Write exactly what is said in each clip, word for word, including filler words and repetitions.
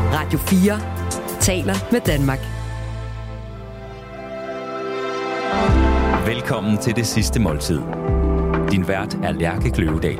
Radio fire taler med Danmark. Velkommen til Det Sidste Måltid. Din vært er Lærke Kløvedal.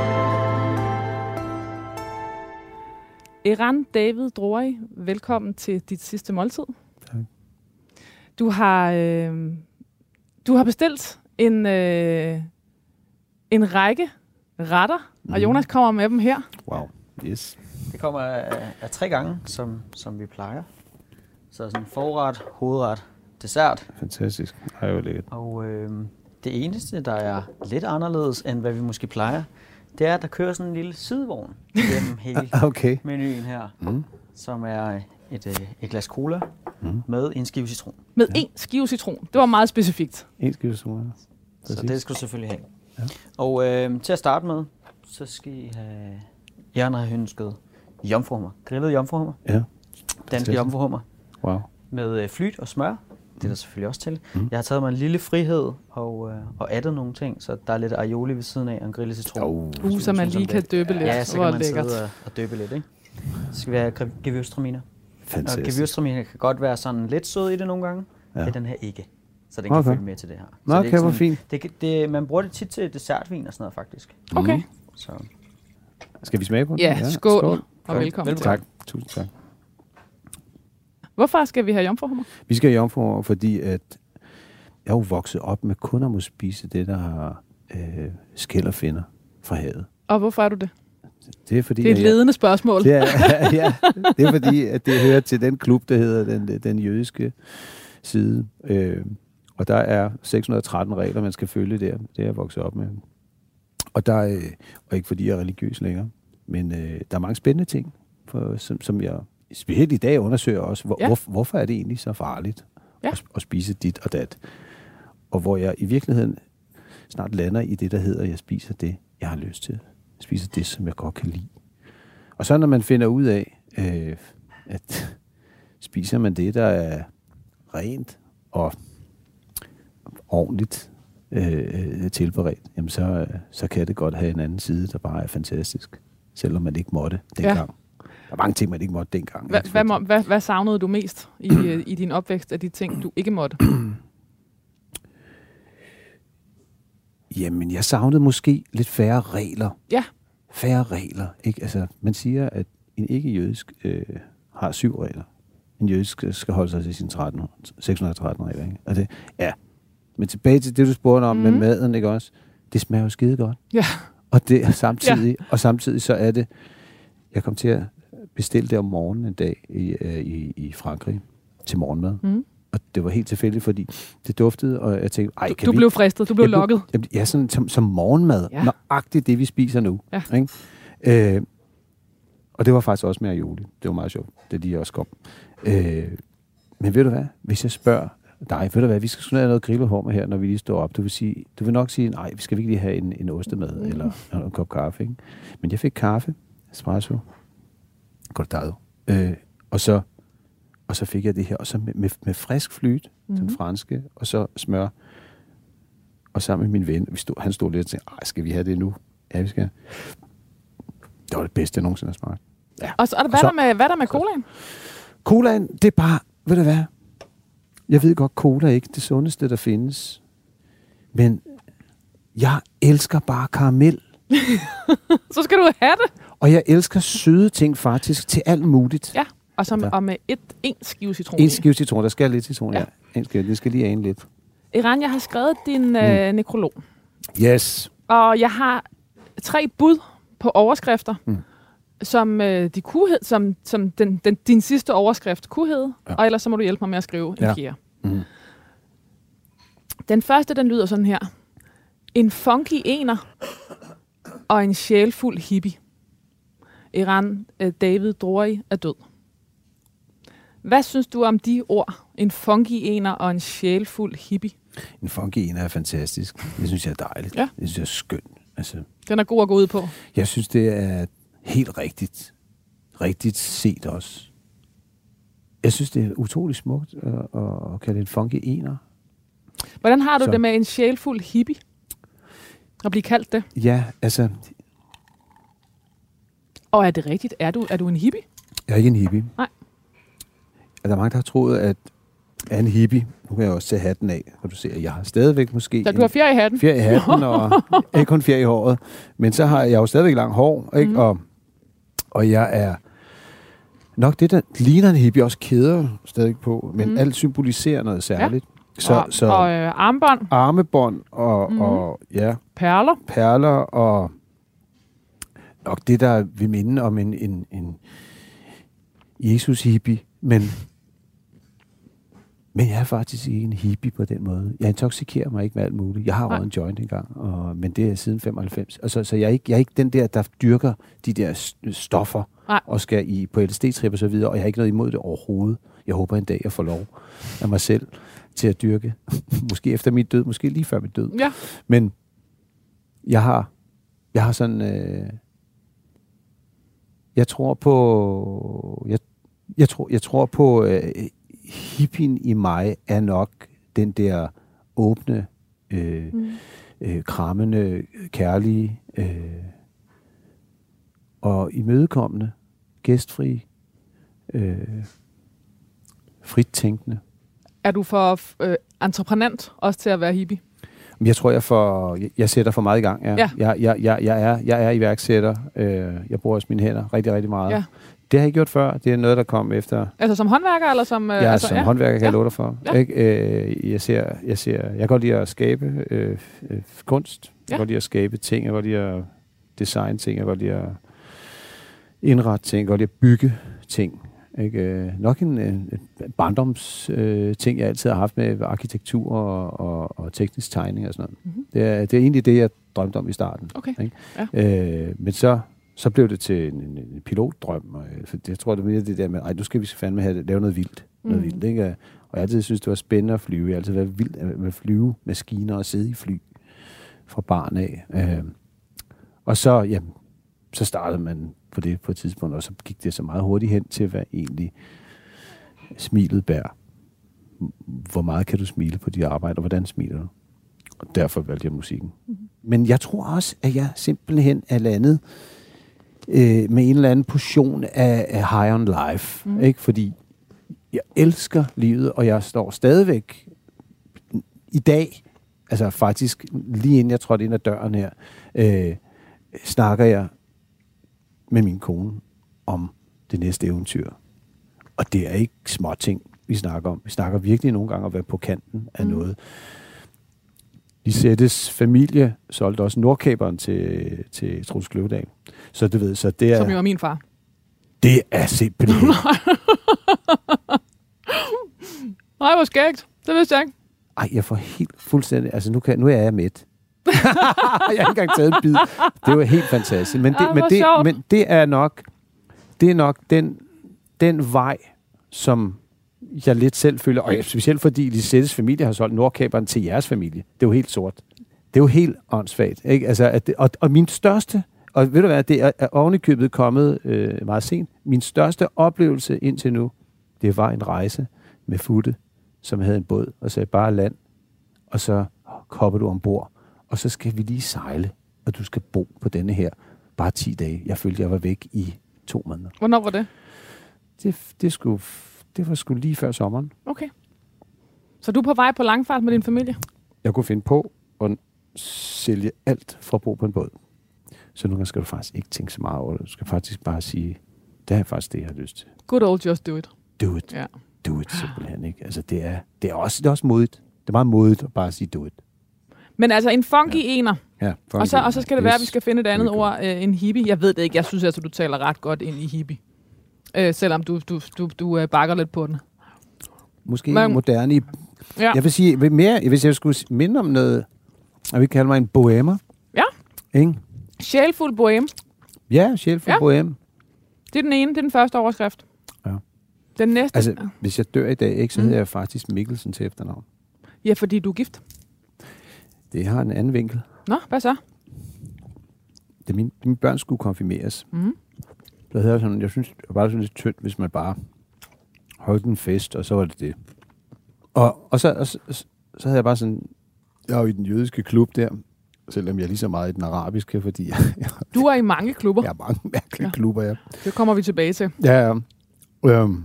Eran David Drori, velkommen til Dit Sidste Måltid. Tak. Du har, øh, du har bestilt en, øh, en række retter, mm. og Jonas kommer med dem her. Wow, yes. Det kommer af, af tre gange, som, som vi plejer. Så sådan forret, hovedret, dessert. Fantastisk. Ej, hvor lækkert. Og øh, det eneste, der er lidt anderledes, end hvad vi måske plejer, det er, at der kører sådan en lille sidevogn gennem hele okay. menuen her, mm. som er et, øh, et glas cola mm. med en skive citron. Med ja. en skive citron. Det var meget specifikt. En skive citron. Så det skal du selvfølgelig have. Ja. Og øh, til at starte med, så skal I have... Jeg har ønsket jomfruhummer. Grillet jomfruhummer. Ja. Danske jomfruhummer. Wow. Med øh, flyt og smør. Det er der selvfølgelig også til. Mm. Jeg har taget mig en lille frihed og, øh, og addet nogle ting, så der er lidt aioli ved siden af og en grillet citron. Oh, uh, så man lige kan døbe lidt. Ja, så kan man sidde og, og døbe lidt, ikke? Så skal vi have gewürztraminer. Fantastisk. Og gewürztraminer kan godt være sådan lidt sød i det nogle gange. Ja. Det er den her ikke. Så den kan okay. følge med til det her. Nå, så okay, det hvor fint. Det, det, man bruger det tit til dessertvin og sådan noget, faktisk. Okay. Mm. Så. Skal vi smage på den? Ja, ja. Skål, skål. Og velkommen. velkommen. Tak. Tusind tak. Hvorfor skal vi have jomfruhummer? Vi skal have jomfruhummer, fordi at jeg er jo vokset op med kun at må spise det, der har øh, skæl og finner fra havet. Og hvorfor er du det? Det er, fordi, det er et ledende spørgsmål. Det er, ja, det er fordi, at det hører til den klub, der hedder den, den jødiske side. Øh, og der er seks hundrede og tretten regler, man skal følge der. Det er jeg vokset op med. Og, der er, og ikke fordi jeg er religiøs længere, men øh, der er mange spændende ting, for, som, som jeg specielt i dag undersøger også. Hvor, ja. hvor, hvorfor er det egentlig så farligt ja. at, at spise dit og dat? Og hvor jeg i virkeligheden snart lander i det, der hedder, at jeg spiser det, jeg har lyst til. Jeg spiser det, som jeg godt kan lide. Og så når man finder ud af, øh, at spiser man det, der er rent og ordentligt øh, tilberedt, jamen så, så kan det godt have en anden side, der bare er fantastisk. Selvom man ikke måtte dengang. Ja. Der er mange ting, man ikke måtte dengang. Hva, hvad, må, hvad, hvad savnede du mest i, i din opvækst af de ting, du ikke måtte? Jamen, jeg savnede måske lidt færre regler. Ja. Færre regler, ikke? Altså, man siger, at en ikke-jødisk øh, har syv regler. En jødisk skal holde sig til sine tretten, seks hundrede og tretten regler, ikke? Og det, ja. Men tilbage til det, du spurgte om mm-hmm. med maden, ikke også? Det smager jo skide godt. Ja. Og det er samtidig, ja. og samtidig så er det, jeg kom til at bestille det om morgenen en dag i, i, i Frankrig til morgenmad. Mm. Og det var helt tilfældigt, fordi det duftede, og jeg tænkte, ej, kan du vi... Du blev fristet, du blev lokket. Ja, sådan som, som morgenmad. Ja. Nøjagtigt det, vi spiser nu. Ja. Ikke? Øh, og det var faktisk også med aioli. Det var meget sjovt, det de også kom. Øh, men ved du hvad? Hvis jeg spørger dig, ved du hvad, vi skal have noget grillehummer her, når vi lige står op. Du vil, sige, du vil nok sige, nej, vi skal virkelig have en, en ostemad, mm. eller en kop kaffe. Ikke? Men jeg fik kaffe, espresso, cortado, øh, og så Og så fik jeg det her, og så med, med, med frisk flyt, mm. den franske, og så smør. Og sammen med min ven, vi stod, han stod lidt og tænkte, ej, skal vi have det nu? Ja, vi skal. Det var det bedste, jeg nogensinde har smagt. Ja. Og så, og hvad, og så, der med, hvad der med colaen? Colaen, det er bare, ved du hvad? Jeg ved godt, cola er ikke det sundeste, der findes. Men jeg elsker bare karamel. Så skal du have det. Og jeg elsker søde ting faktisk til alt muligt. Ja. Og, så med, og med et, en skive citron. En skive citron, der skal lidt citron, ja. ja. En skive, det skal lige ane lidt. Eran, jeg har skrevet din mm. øh, nekrolog. Yes. Og jeg har tre bud på overskrifter, mm. som, øh, de kunne hed, som, som den, den, din sidste overskrift kunne hedde, ja. Og ellers så må du hjælpe mig med at skrive en ja. fjerde. Mm. Den første, den lyder sådan her. En funky ener og en sjælfuld hippie. Eran øh, David Drori er død. Hvad synes du om de ord? En funky ener og en sjælfuld hippie. En funky ener er fantastisk. Det synes jeg er dejligt. Ja. Det synes jeg er skønt. Altså, den er god at gå ud på. Jeg synes, det er helt rigtigt. Rigtigt set også. Jeg synes, det er utroligt smukt at, at kalde en funky ener. Hvordan har du Så. det med en sjælfuld hippie? At blive kaldt det? Ja, altså... Og er det rigtigt? Er du, er du en hippie? Jeg er ikke en hippie. Nej. Der er mange, der har troet, at jeg er en hippie. Nu kan jeg også tage hatten af, og du ser, at jeg har stadigvæk måske... Så du har fjer i hatten? Fjer i hatten, og ikke kun fjer i håret. Men så har jeg jo stadigvæk langt hår, ikke? Mm. Og, og jeg er nok det, der ligner en hippie, også kæder stadig på, men mm. alt symboliserer noget særligt. Ja. Så, og så og øh, armbånd. Armebånd og, mm. og ja, perler. Perler og nok det, der vil minde om en, en, en Jesus-hippie, men Men jeg er faktisk ikke en hippie på den måde. Jeg intoxikerer mig ikke med alt muligt. Jeg har røget en joint engang, og, men det er siden femoghalvfems. Altså, så jeg er, ikke, jeg er ikke den der, der dyrker de der stoffer Nej. og skal i, på L S D-trip og så videre, og jeg har ikke noget imod det overhovedet. Jeg håber en dag, jeg får lov af mig selv til at dyrke. Måske efter min død, måske lige før min død. Ja. Men jeg har, jeg har sådan... Øh, jeg tror på... Jeg, jeg, tror, jeg tror på... Øh, hippien i mig er nok den der åbne, øh, mm. øh, krammende, kærlige øh, og imødekommende, gæstfri, øh, frit tænkende. Er du for øh, entreprenant også til at være hippie? Jeg tror, jeg, for, jeg, jeg sætter for meget i gang. Ja. Ja. Jeg, jeg, jeg, jeg, er, jeg er iværksætter. Øh, jeg bruger også mine hænder rigtig, rigtig meget. Ja. Det har jeg gjort før. Det er noget, der kom efter... Altså som håndværker, eller som... Øh, ja, altså, som ja. håndværker kan ja. jeg love dig for. Ja. Ikke? Øh, jeg, ser, jeg, ser, jeg kan godt lide at skabe øh, øh, kunst. Jeg kan ja. godt lide at skabe ting. Jeg kan godt lide at designe ting. Jeg kan godt lide at indrette ting. Jeg kan godt lide at bygge ting. Ikke? Øh, nok en, en, en barndoms øh, ting, jeg altid har haft med arkitektur og, og, og teknisk tegning og sådan noget. Mm-hmm. Det, er, det er egentlig det, jeg drømte om i starten. Okay. Ikke? Ja. Øh, men så... Så blev det til en, en, en pilotdrøm, og jeg tror, det var mere det der med, ej, nu skal vi fandme have, lave noget vildt. Noget mm. vildt, ikke? Og jeg altid synes det var spændende at flyve. Jeg har altid været vild med at flyve maskiner og sidde i fly fra barn af. Øh, og så, jamen, så startede man på det på et tidspunkt, og så gik det så meget hurtigt hen til, hvad egentlig smilet bærer. Hvor meget kan du smile på dit arbejde, og hvordan smiler du? Og derfor valgte jeg musikken. Mm. Men jeg tror også, at jeg simpelthen er landet Øh, med en eller anden portion af, af high on life. Mm. Ikke? Fordi jeg elsker livet, og jeg står stadigvæk i dag, altså faktisk lige inden jeg trådte ind ad døren her, øh, snakker jeg med min kone om det næste eventyr. Og det er ikke små ting, vi snakker om. Vi snakker virkelig nogle gange om at være på kanten af mm. noget. Lisettes familie solgte også Nordkaberen til, til Troels Kløvedal. Så du ved, så det er... Som jo er min far. Det er simpelthen... Nej, hvor skægt. Det vidste jeg ikke. Ej, jeg får helt fuldstændig... Altså, nu, kan, nu er jeg mæt. jeg har ikke engang taget en bid. Det var helt fantastisk. Men det, Ej, men det, men det er nok... Det er nok den, den vej, som jeg lidt selv føler... Og specielt fordi Lisettes familie har solgt Nordkaberen til jeres familie. Det er jo helt sort. Det er jo helt åndssvagt. Ikke? Altså, at det, og, og min største... Og ved du hvad, det er, er ovenikøbet kommet øh, meget sent. Min største oplevelse indtil nu, det var en rejse med Futte, som havde en båd, og sagde bare land, og så hopper du ombord, og så skal vi lige sejle, og du skal bo på denne her bare ti dage. Jeg følte, jeg var væk i to måneder. Hvornår var det? Det, det, skulle, det var sgu lige før sommeren. Okay. Så du er på vej på langfart med din familie? Jeg kunne finde på at sælge alt for at bo på en båd. Så nu skal du faktisk ikke tænke så meget over det. Du skal faktisk bare sige, det er faktisk det, jeg har lyst til. Good old just do it. Do it. Ja. Do it simpelthen, ikke? Altså, det er, det er, også, det er også modigt. Det er meget modigt at bare sige do it. Men altså, en funky ja. ener. Ja, og, så, og så skal det være, at vi skal finde et andet ord, øh, en hippie. Jeg ved det ikke. Jeg synes altså, du taler ret godt ind i hippie. Øh, selvom du, du, du, du øh, bakker lidt på den. Måske Men, moderne. Ja. Jeg vil sige, mere, hvis jeg skulle minde om noget, jeg vil kalde mig en bohemer. Ja. Ikke? Sjælfuld bohem. Ja, sjælfuld ja. bohem. Det er den ene, det er den første overskrift. Ja. Den næste... Altså, hvis jeg dør i dag, ikke, så mm. hedder jeg faktisk Mikkelsen til efternavn. Ja, fordi du er gift. Det har en anden vinkel. Nå, hvad så? Det min, mine børn skulle konfirmeres. Mm. Så havde jeg sådan, jeg synes, det var bare sådan lidt tyndt, hvis man bare holdt en fest, og så var det det. Og, og, så, og så, så, så havde jeg bare sådan, jeg er jo i den jødiske klub der, selvom jeg er lige så meget i den arabiske, fordi jeg... jeg du er i mange klubber. Jeg er mange mærkelige ja. klubber, ja. Det kommer vi tilbage til. Ja, ja. Øhm,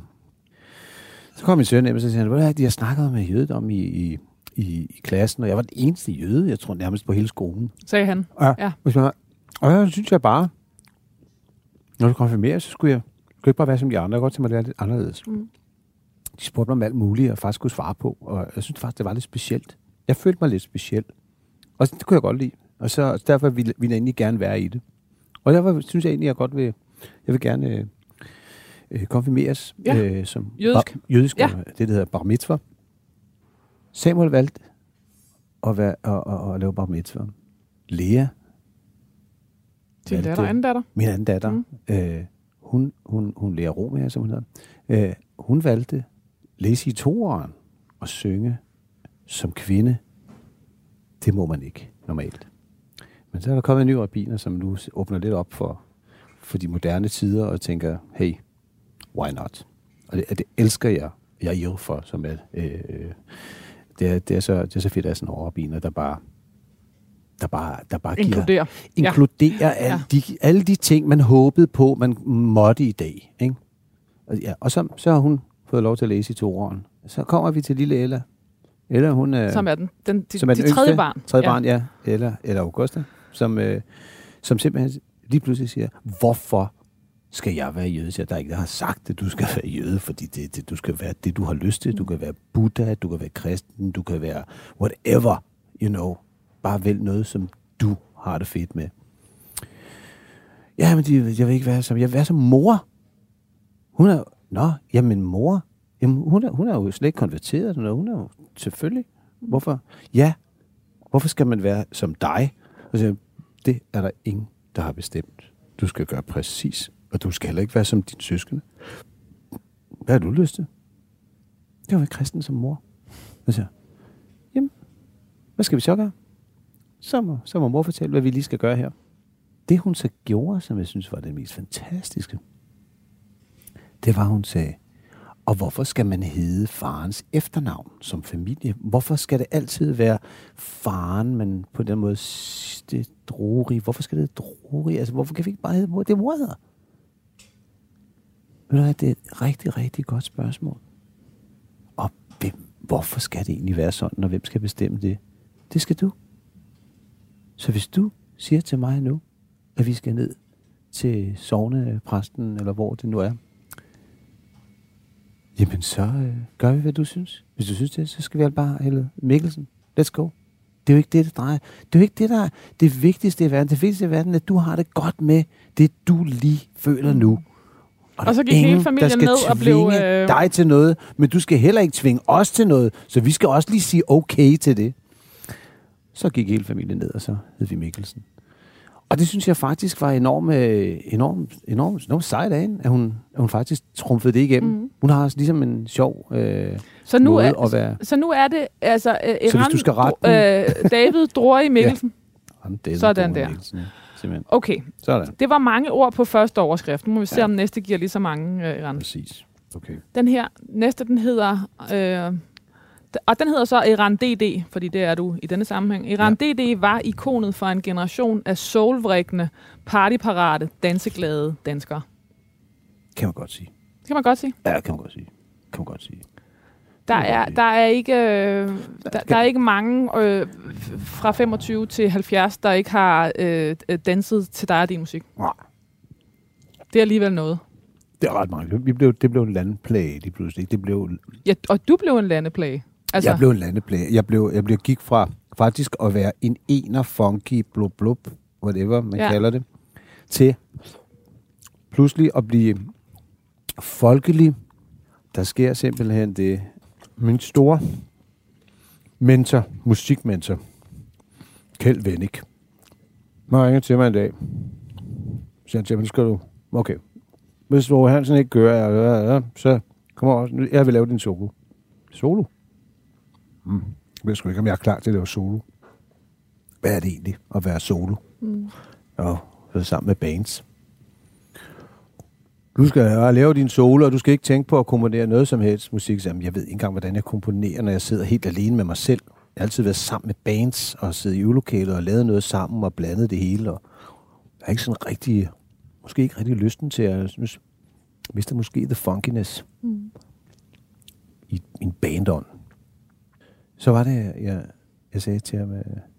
så kom min søn hjem, og så sagde han, hvad er det, jeg snakkede med jødedom i, i, i, i klassen, og jeg var den eneste jøde, jeg tror nærmest på hele skolen. Sagde han. Ja. Ja. Og så synes jeg bare, når du konfirmerer, så skulle jeg, skulle jeg ikke bare være som de andre. Jeg godt til mig, det er lidt anderledes. Mm. De spurgte mig om alt muligt, og faktisk skulle svare på, og jeg synes faktisk, det var lidt specielt. Jeg følte mig lidt speciel. Og det kunne jeg godt lide. Og så derfor ville, ville jeg egentlig gerne være i det. Og derfor synes jeg egentlig, jeg godt vil, jeg vil gerne øh, øh, konfirmeres ja. øh, som jødisk. Bar, jødisk ja. det, der hedder bar mitzvah. Samuel valgte at, være, at, at, at lave bar mitzvah. Lea Din datter, anden datter. Min anden datter. Mm. Øh, hun, hun, hun lærer Romea, som hun hedder. Øh, hun valgte læse i toeren og synge som kvinde. Det må man ikke normalt. Men så er der kommet en ny rabbiner, som nu åbner lidt op for, for de moderne tider og tænker, hey, why not? Og det, det elsker jeg. Jeg er jo for, som er, øh, det, er, det, er så, det er så fedt, at der er sådan en rabbiner, der bare der bare, der bare giver, inkluderer, inkluderer ja. alle, de, alle de ting, man håbede på, man måtte i dag. Ikke? Og, ja, og så, så har hun fået lov til at læse i toeren. Så kommer vi til lille Ella. Ella, hun er, som er den, den, de, som er de den tredje yngste, barn. Tredje ja. barn, ja. Ella, eller Augusta, som, øh, som simpelthen lige pludselig siger, hvorfor skal jeg være jøde? Så der er ikke, der har sagt, at du skal være jøde, fordi det, det, du skal være det, du har lyst til. Du kan være Buddha, du kan være kristen, du kan være whatever, you know. Bare vælg noget, som du har det fedt med. Ja, men de, jeg vil ikke være som, jeg vil være som mor. Hun er, nå, jamen mor, jamen, hun, er, hun er jo slet ikke konverteret, hun er jo selvfølgelig. Hvorfor? Ja, hvorfor skal man være som dig? Og så, det er der ingen, der har bestemt. Du skal gøre præcis, og du skal heller ikke være som din søskende. Hvad har du lyst til? Det var ikke kristen som mor. Og så, jamen, hvad skal vi så gøre? Så må, så må mor fortælle, hvad vi lige skal gøre her. Det hun så gjorde, som jeg synes var det mest fantastiske, det var, hun sagde, og hvorfor skal man hedde farens efternavn som familie? Hvorfor skal det altid være faren, men på den måde det er Drori? Hvorfor skal det hedde Drori? Altså, hvorfor kan vi ikke bare hedde mor? Det er mor hedder. Ved du hvad, det er et rigtig, rigtig godt spørgsmål. Og hvem, hvorfor skal det egentlig være sådan, og hvem skal bestemme det? Det skal du. Så hvis du siger til mig nu, at vi skal ned til sognepræsten, eller hvor det nu er, jamen så øh, gør vi, hvad du synes. Hvis du synes det, så skal vi altså bare hælde Mikkelsen. Let's go. Det er jo ikke det, det drejer. Det er jo ikke det, der er det vigtigste i verden. Det vigtigste i verden er, at du har det godt med det, du lige føler nu. Og, og så gik hele familien ned og blev øh... dig til noget, men du skal heller ikke tvinge os til noget, så vi skal også lige sige okay til det. Så gik hele familien ned, og så hed vi Mikkelsen. Og det synes jeg faktisk var enormt, enormt, enormt, enormt sejt af hende, at hun, at hun faktisk trumfede det igennem. Mm. Hun har ligesom en sjov øh, så nu måde er, at være... Så nu er det, altså, øh, Iran, så hvis du skal rette øh, David Drori Mikkelsen. Ja. Sådan der. Mikkelsen, simpelthen. Okay. Sådan. Det var mange ord på første overskrift. Nu må vi se, ja. om næste giver lige så mange, øh, Iran. Præcis. Okay. Den her, næste, den hedder... Øh, og den hedder så Iran D D, fordi det er du i denne sammenhæng. Iran ja. D D var ikonet for en generation af soulvrikkende, partyparate, danseglade danskere. Kan man godt sige. Det kan man godt sige? Ja, kan man godt sige. Kan man godt sige. Der er, der er ikke, øh, der, der er ikke mange øh, fra femogtyve til halvfjerds, der ikke har øh, danset til dig og din musik. Nej. Det er alligevel noget. Det er ret mange. Vi blev, det blev en landplage lige pludselig. Det blev... Ja, og du blev en landeplage. Altså... Jeg blev en landeplage. Jeg, blev, jeg blev, gik fra faktisk at være en ener, funky, blub, blub, whatever man ja. kalder det, til pludselig at blive folkelig. Der sker simpelthen det. Min store mentor, musikmentor, Kjeld Wennick, han ringer til mig en dag. Så siger han til mig, skal du... Okay. Hvis Ove Hansen ikke gør, ja, ja, så kommer også. Jeg vil lave din solo. Solo? Mm. Jeg ved sgu ikke, om jeg er klar til at lave solo. Hvad er det egentlig at være solo? Mm. Og være sammen med bands. Du skal lave din solo, og du skal ikke tænke på at komponere noget som helst musik. Jamen, jeg ved ikke engang, hvordan jeg komponerer, når jeg sidder helt alene med mig selv. Jeg har altid været sammen med bands og siddet i øvelokalet og lavet noget sammen og blandet det hele. Og jeg er ikke sådan rigtig, måske ikke rigtig lysten til at synes, mister måske the funkiness mm. i min bandånd. Så var det, jeg, jeg sagde til ham,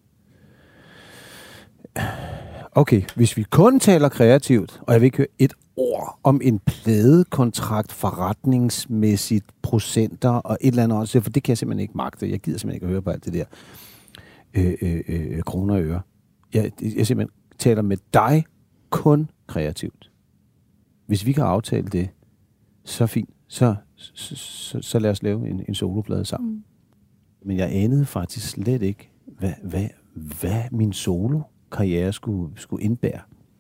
okay, hvis vi kun taler kreativt, og jeg vil ikke høre et ord om en pladekontrakt, forretningsmæssigt, procenter og et eller andet også, for det kan jeg simpelthen ikke magte. Jeg gider simpelthen ikke at høre på alt det der øh, øh, øh, kroner og øre. Jeg, jeg simpelthen taler med dig kun kreativt. Hvis vi kan aftale det, så fint. Så, så, så, så lad os lave en, en soloplade sammen. Mm. Men jeg anede faktisk slet ikke, hvad, hvad, hvad min solo-karriere skulle, skulle indbære.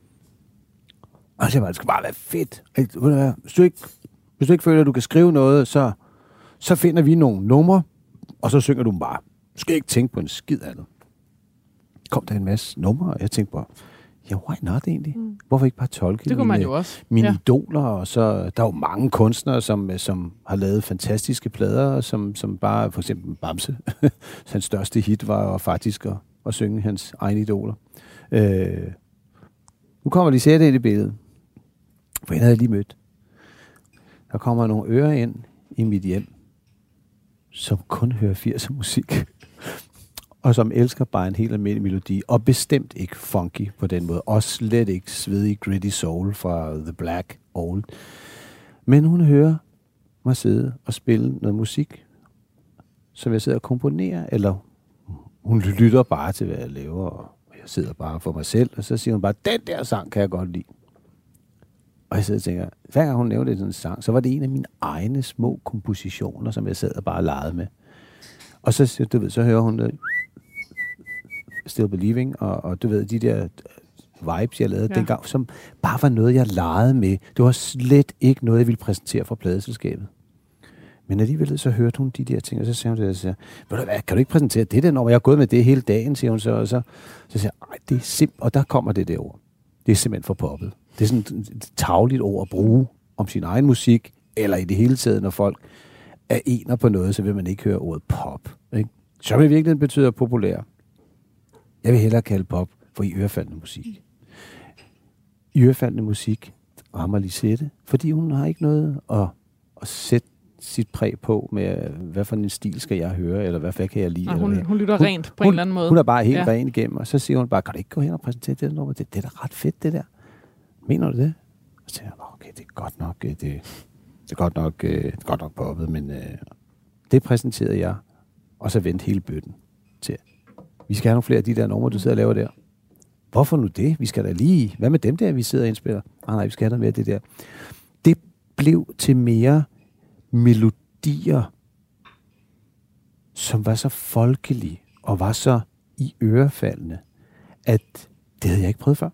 Og så var det skulle bare være fedt. Hvis du ikke, hvis du ikke føler, at du kan skrive noget, så, så finder vi nogle numre, og så synger du dem bare. Du skal ikke tænke på en skid andet. Kom der en masse numre, og jeg tænkte bare, ja, why not egentlig? Mm. Hvorfor ikke bare tolke det mine, jo også. mine ja. idoler? Og så, der er jo mange kunstnere, som, som har lavet fantastiske plader, som, som bare, for eksempel Bamse, hans største hit var jo faktisk at, at synge hans egne idoler. Øh, nu kommer de sætte ind i billedet. For en havde jeg lige mødt. Der kommer nogle ører ind i mit hjem, som kun hører firser musik. Og som elsker bare en helt almindelig melodi, og bestemt ikke funky på den måde, og slet ikke svedig gritty soul fra The Black Old. Men hun hører mig sidde og spille noget musik, som jeg sidder og komponerer, eller hun lytter bare til, hvad jeg laver, og jeg sidder bare for mig selv, og så siger hun bare, den der sang kan jeg godt lide. Og jeg sidder og tænker, hver gang hun nævnte sådan en sang, så var det en af mine egne små kompositioner, som jeg sad og bare legede med. Og så, du ved, så hører hun det, Still Believing, og, og du ved, de der vibes, jeg lavede ja. dengang, som bare var noget, jeg legede med. Det var slet ikke noget, jeg ville præsentere for pladeselskabet. Men alligevel så hørte hun de der ting, og så sagde hun det, og så siger, ved du hvad, kan du ikke præsentere det der, når jeg har gået med det hele dagen, siger hun så, og så, så siger jeg, det er simpelthen, og der kommer det der ord. Det er simpelthen for poppet. Det er sådan et tarveligt ord at bruge om sin egen musik, eller i det hele taget, når folk er ener på noget, så vil man ikke høre ordet pop. Ikke? Så vil virkelig betyder populær. Jeg vil hellere kalde pop for i ørefaldende musik. I ørefaldende musik rammer Lisette, fordi hun har ikke noget at, at sætte sit præg på med, hvad for en stil skal jeg høre, eller hvad, hvad kan jeg lide. Og hun, eller hun lytter hun, rent på hun, en eller anden måde. Hun er bare helt ja. ren igennem, og så siger hun bare, kan du ikke gå hen og præsentere det nummer? Det, det er da ret fedt, det der. Mener du det? Og så siger jeg, okay, det er godt nok, det, det er godt nok, det er godt nok poppet, men øh, det præsenterede jeg, og så vendte hele bøtten til. Vi skal have nogle flere af de der numre, du sidder og laver der. Hvorfor nu det? Vi skal da lige... Hvad med dem der, vi sidder og indspiller? Nej, nej, vi skal have noget mere af det der. Det blev til mere melodier, som var så folkelige og var så i ørefaldende, at det havde jeg ikke prøvet før.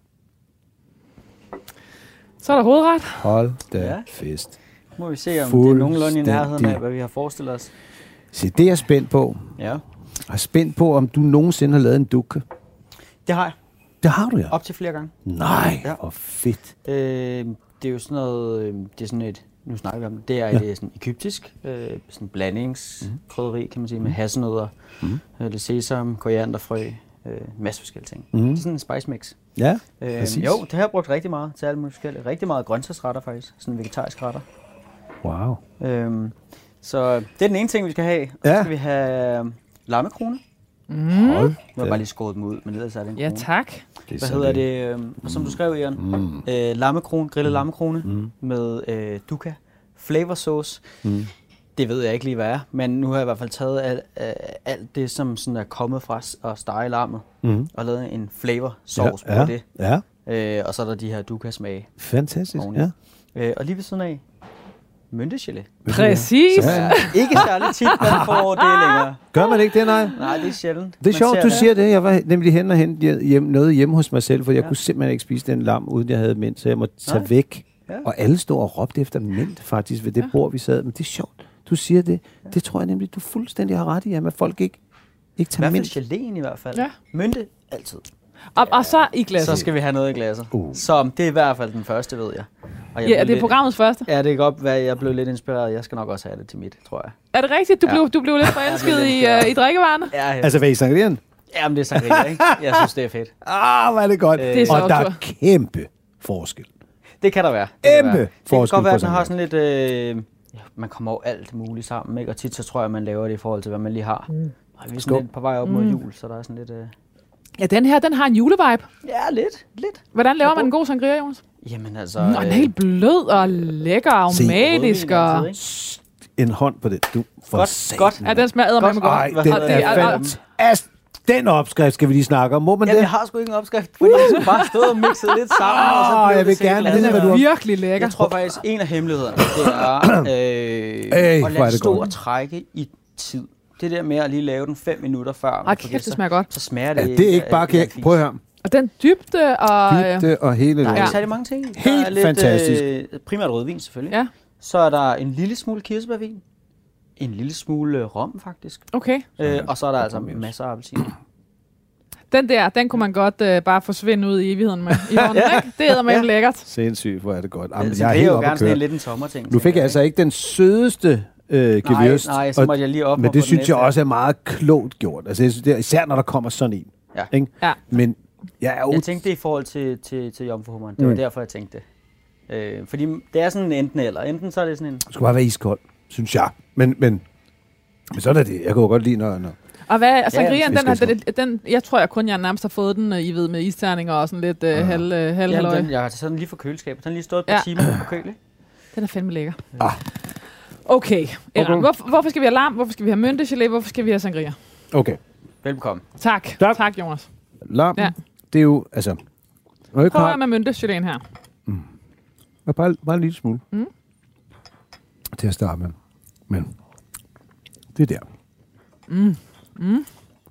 Så er der hovedret. Hold da ja. fest. Nu må vi se, om det er nogenlunde i nærheden af, hvad vi har forestillet os. Se, det er jeg spændt på. Ja. Jeg er spændt på, om du nogensinde har lavet en dukke. Det har jeg. Det har du, ja. Op til flere gange. Nej, ja. hvor fedt. Øh, det er jo sådan noget, øh, det er sådan et, nu snakker vi om det, det er ja. et sådan egyptisk, øh, sådan blandingskrydderi, kan man sige, med hasselnødder, mm. øh, lidt sesam, korianderfrø, øh, en masse forskellige ting. Mm. Det er sådan en spice mix. Ja, øh, præcis. Jo, det har jeg brugt rigtig meget til alle mulige forskellige. Rigtig meget grøntsagsretter faktisk, sådan vegetariske retter. Wow. Øh, så det er den ene ting, vi skal have. Og ja. så skal vi have lammekrone. Mm. Hold Nu har jeg bare lige skåret dem ud, men ellers er det en ja, krone. tak. Det Hvad hedder det? Øh, mm. Som du skrev, Ian. Mm. Øh, lammekrone, grillet mm. lammekrone mm. med øh, dukkha, flavor sauce. Mm. Det ved jeg ikke lige, hvad er, men nu har jeg i hvert fald taget alt, øh, alt det, som sådan er kommet fra at stege lammet, mm. og lavet en flavor sauce ja, på ja, det. Ja. Øh, og så er der de her dukkha-smage. Fantastisk, oveni. ja. Øh, og lige ved siden af, myntegelé. Præcis. Ja. Ikke særlig tit, man får det længere. Gør man ikke det, nej? Nej, det er sjældent. Det er sjovt, du det. siger det. Jeg var nemlig hen og hente hjem, noget hjemme hos mig selv, for jeg ja. kunne simpelthen ikke spise den lam, uden jeg havde mint, så jeg måtte tage nej. væk. Ja. Og alle stod og råbte efter mint, faktisk, ved det ja. bord, vi sad. Men det er sjovt, du siger det. Ja. Det tror jeg nemlig, du fuldstændig har ret i, at folk ikke, ikke tager mint. I hvert fald geléen i hvert fald. Ja. Mynte, altid. Og, og så i glasset. Så skal vi have noget i glasset. Uh. Så det er i hvert fald den første, ved jeg. Og jeg ja, er det lidt, programmets første? Ja, det kan godt være, jeg blev lidt inspireret. Jeg skal nok også have det til mit, tror jeg. Er det rigtigt? Du, ja. blev, du blev lidt forelsket ja, i, uh, i drikkevarerne? Ja, altså, hvad i sangrieren? Jamen, det er sangria, ikke? Jeg synes, det er fedt. Ah, hvor er det godt. Øh, det er og der er kæmpe forskel. Det kan der være. Det Kæmpe kan være. Det kan forskel godt være, på at den har sangria. sådan lidt... Øh, ja, man kommer over alt muligt sammen, ikke? Og tit så tror jeg, man laver det i forhold til, hvad man lige har. Mm. Og vi er sådan lidt på vej op mod jul, så der er sådan lidt... Øh... Ja, den her, den har en julevibe. Ja, lidt. lidt. Hvordan laver man en god sangria, Jonas? Jamen altså... Nå, den er helt blød og lækker, aromatisk og... En hånd på det. Du får Godt, satan. godt. Ja, den smager med mig Ej, godt. den Og det er er- fantastisk. Den opskrift skal vi lige snakke om. Må man Jamen, det? jeg har sgu ikke en opskrift, fordi jeg skulle bare stå og mixe lidt sammen, og så Åh, blev jeg det vil til et gerne eller vide, andet. hvad du har- Virkelig lækker. Jeg tror faktisk, en af hemmelighederne, det er øh, Ey, at hvor er lade det stå godt. og trække i tid. Det der med at lige lave den fem minutter før, Ej, man får kæft, gæster, det smager godt. så smager det... Ja, det er ikke bare kæk. Prøv at høre. Og den dybde og... øh, Dybde og hele Der er det. ikke Ja. særlig mange ting. i. Der Helt er lidt, fantastisk. Øh, primært rødvin selvfølgelig. Ja, Så er der en lille smule kirsebærvin. En lille smule øh, rom faktisk. okay. Øh, og så er der altså masser af appelsiner. Den der, den kunne man godt øh, bare forsvinde ud i evigheden med. I hånden, ikke? Det er med lækkert. Sindssygt, hvor er det godt. Jamen, Jamen, så jeg er det er helt jo oppe gerne at sådan køre. en lidt en sommerting. Nu tænker fik jeg jeg, altså ikke den sødeste øh, Nej, gevirst. nej, så måtte jeg lige op Men og det få synes den jeg næste. også er meget klogt gjort. Altså, jeg synes, det er, især når der kommer sådan en. Ja. Ikke? Ja. Men jeg er jo... Jeg tænkte det i forhold til, til, til jomfruhummeren. Det var Mm. derfor, jeg tænkte det. Øh, fordi det er sådan enten eller. Enten så er det sådan en... Det skulle bare være iskold, synes jeg. Men, men, men sådan er det. Jeg kan jo godt lide, når... når Og hvad, sangriaen, vi den, skal er, den, den, jeg tror, jeg kun jeg nærmest har fået den, øh, I ved, med isterninger og sådan lidt øh, Ah. halv, øh, halv Jamen, halløj. den, jeg har taget den lige fra køleskabet. Den har lige stået et par Ja. timer på køl, ikke? Den er fandme lækker. Ah. Okay, Eran, Okay. Hvorfor, hvorfor skal vi have lam? Hvorfor skal vi have myntegelé? Hvorfor skal vi have sangria? Okay. Velbekomme. Tak. Tak. Tak, Jonas. Lam, Ja. det er jo... Altså... Prøv Prøv at med myntegeléen her. Bare, bare en lille smule. Mm. Til at starte med. Men... Det der. Mm. Mm.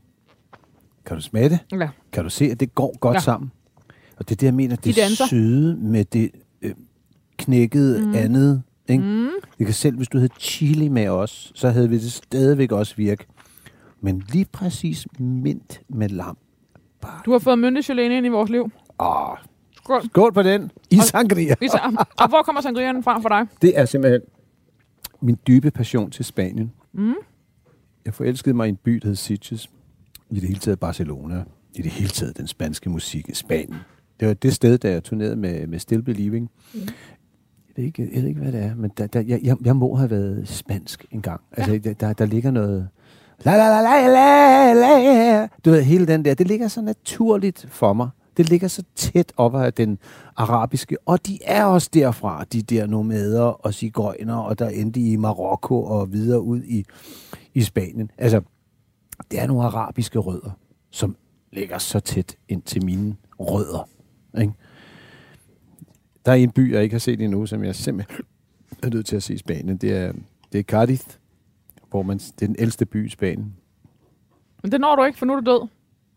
Kan du smage det? Ja. Kan du se, at det går godt Ja. sammen? Og det er det, jeg mener, det danser. søde med det øh, knækkede Mm. andet. Ikke? Mm. Det kan selv, hvis du havde chili med os, så havde vi det stadigvæk også virke. Men lige præcis mint med lam. Bare... Du har fået myntegeléen ind i vores liv. Åh, Skål. skål på den. I sangria. Vi tager- Og hvor kommer sangriaen fra for dig? Det er simpelthen min dybe passion til Spanien. Mm. Jeg forelskede mig i en by, der hed Sitges. I det hele taget Barcelona. I det hele taget den spanske musik i Spanien. Det var det sted, der jeg turnerede med, med Still Believing. Mm. Jeg, ved ikke, jeg ved ikke, hvad det er, men der, der, jeg, jeg, jeg må have været spansk engang. Altså, der, der, der ligger noget... La, la, la, la, la, la. Du ved, hele den der, det ligger så naturligt for mig. Det ligger så tæt op af den arabiske, og de er også derfra, de der nomader og sigøjner, og der endte i Marokko og videre ud i, i Spanien. Altså, det er nogle arabiske rødder, som ligger så tæt ind til mine rødder. Ikke? Der er en by, jeg ikke har set endnu, som jeg simpelthen er nødt til at se i Spanien. Det er, det er Cádiz, hvor man, det er den ældste by i Spanien. Men det når du ikke, for nu er du død.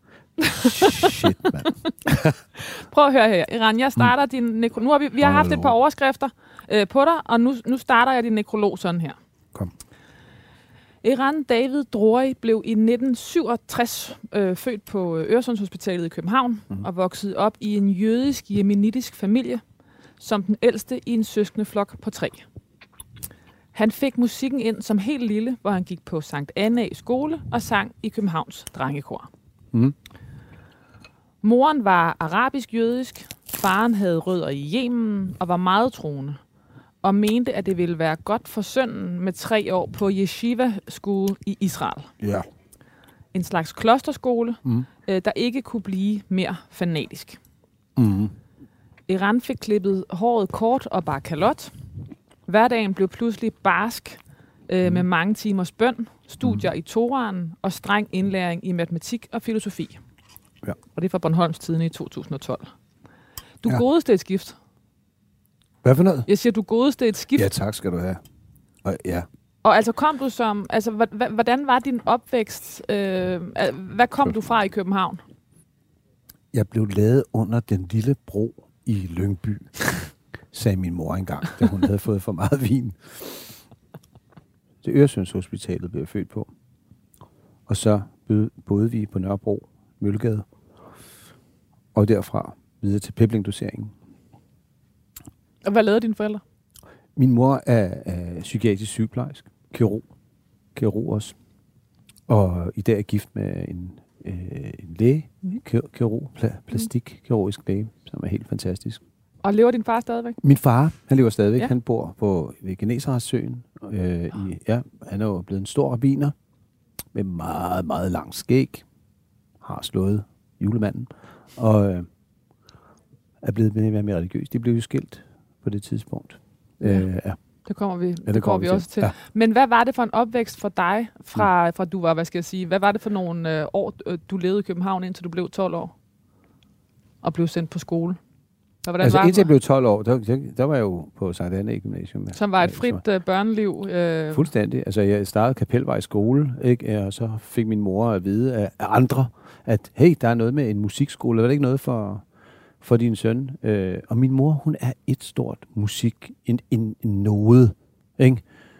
Shit, mand. Prøv at høre her. Iran, jeg starter mm. din nekro- Nu har vi, vi har haft et par overskrifter øh, på dig, og nu, nu starter jeg din nekrolog sådan her. Kom. Iran David Drori blev i nitten syvogtres øh, født på Øresundshospitalet i København mm. og voksede op i en jødisk jemenitisk familie som den ældste i en søskende flok på tre. Han fik musikken ind som helt lille, hvor han gik på Sankt Anna i skole og sang i Københavns drengekor. Mm. Moren var arabisk-jødisk, faren havde rødder i Yemen og var meget troende, og mente, at det ville være godt for sønnen med tre år på yeshiva-skole i Israel. Ja. En slags klosterskole, Mm. øh, der ikke kunne blive mere fanatisk. Mm. Iran fik klippet håret kort og bare kalot. Hverdagen blev pludselig barsk øh, med mange timers bøn, studier mm. i Toraen og streng indlæring i matematik og filosofi. Ja. Og det er fra Bornholms Tidende i to tusind og tolv. Du Ja. godeste et skift. Hvad for noget? Jeg siger, du godeste et skift. Ja, tak skal du have. Og, ja. Og altså kom du som, altså hva- hvordan var din opvækst? Øh, al- hvad kom du fra i København? Jeg blev lavet under den lille bro i Lyngby, sagde min mor engang, da hun havde fået for meget vin. Det Øresundshospitalet blev jeg født på. Og så boede vi på Nørrebro, Møllegade, og derfra videre til Pebling-doseringen. Og hvad lavede dine forældre? Min mor er, er psykiatrisk sygeplejerske, kirurg, kirurg også. Og i dag er gift med en, øh, en læge, mm. kirurg, pla- plastikkirurgisk læge, som er helt fantastisk. Og lever din far stadigvæk? Min far, han lever stadigvæk. Ja. Han bor på ved Genesaretsøen. Øh, i, ja, han er jo blevet en stor rabbiner med meget, meget lang skæg. Har slået julemanden. Og øh, er blevet mere og mere religiøs. De blev jo skilt på det tidspunkt. Ja. Øh, ja. Det kommer vi, Ja, det det kommer vi til. også til. Ja. Men hvad var det for en opvækst for dig, fra, fra du var, hvad skal jeg sige, hvad var det for nogle øh, år, øh, du levede i København, indtil du blev tolv år? Og blev sendt på skole? Og hvordan Altså var indtil jeg det? blev tolv år, der, der, der var jeg jo på Sankt Anne Gymnasium. Som var et Ja, frit øh, børneliv? Øh, Fuldstændig. Altså, jeg startede Kapelvej skole, ikke? Og så fik min mor at vide af af andre, at hey, der er noget med en musikskole. Er det ikke noget for, for din søn? Øh, og min mor, hun er et stort musik, en, en, en node, ikke?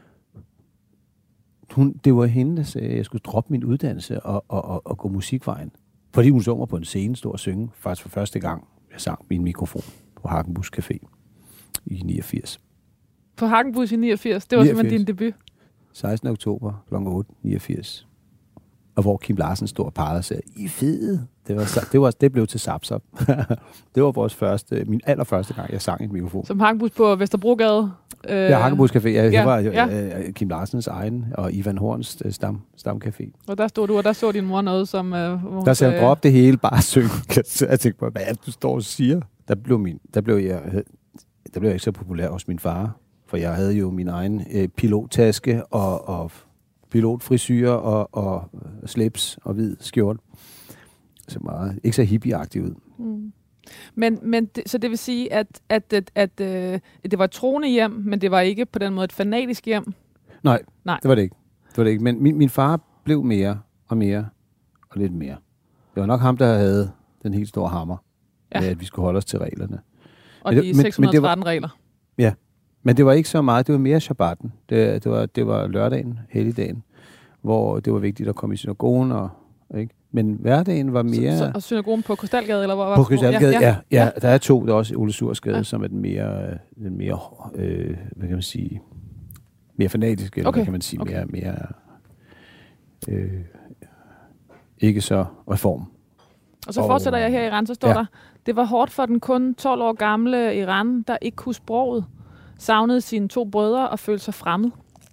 Hun, det var hende, der sagde, at jeg skulle droppe min uddannelse og, og, og, og gå musikvejen. Fordi hun så mig på en scene, stå og synge, faktisk for første gang. Jeg sang min mikrofon på Hagenbus Café i niogfirs. på Hagenbus i niogfirs, det var niogfirs. simpelthen din debut. sekstende oktober klokken otte niogfirs. Og hvor Kim Larsen stod og pegede og sagde, I er fede. Det, var, så- det, var, det blev til Zap Zap. Det var vores første, min allerførste gang, jeg sang i et mikrofon. Som Hagenbus på Vesterbrogade. Øh, Ja, Hagenbus Café. Ja, det ja, var ja. øh, Kim Larsens egen og Ivan Horns øh, stam, stamcafé. Og der stod du, og der så din mor noget, som... Øh, hvor hun Der sagde sagde- han, drop det hele, bare syng. Så jeg tænkte på, hvad er det, du står og siger? Der blev, min, der blev, jeg, der blev jeg ikke så populær hos min far, for jeg havde jo min egen øh, pilottaske og, og pilotfrisyr og, og slips og hvid skjort. Så meget, ikke så hippieagtig ud. Mm. Men, men det, så det vil sige, at, at, at, at øh, det var et troende hjem, men det var ikke på den måde et fanatisk hjem. Nej, Nej. det var det ikke. Det var det ikke. Men min, min far blev mere og mere og lidt mere. Det var nok ham, der havde den helt store hammer, Ja. med at vi skulle holde os til reglerne. Og Men de det- men- men seks hundrede og det var- tretten regler. Men det var ikke så meget, det var mere shabbaten. Det, det, var, det var lørdagen, helligdagen, hvor det var vigtigt at komme i synagogen. Og, ikke? Men hverdagen var mere... Så, så, og synagogen på Krystalgade, eller hvor var på det? Krystalgade, ja, ja, ja, ja. der er to. Der er også Ole Sursgade, Ja. ja. som er den mere, den mere øh, hvad kan man sige, mere fanatiske, eller Okay, hvad kan man sige, okay. mere, mere øh, ikke så reform. Og så Og- fortsætter jeg her i Iran, så står Ja. der, det var hårdt for den kun tolv år gamle Iran, der ikke kunne sproget, savnede sine to brødre og følte sig fremmed.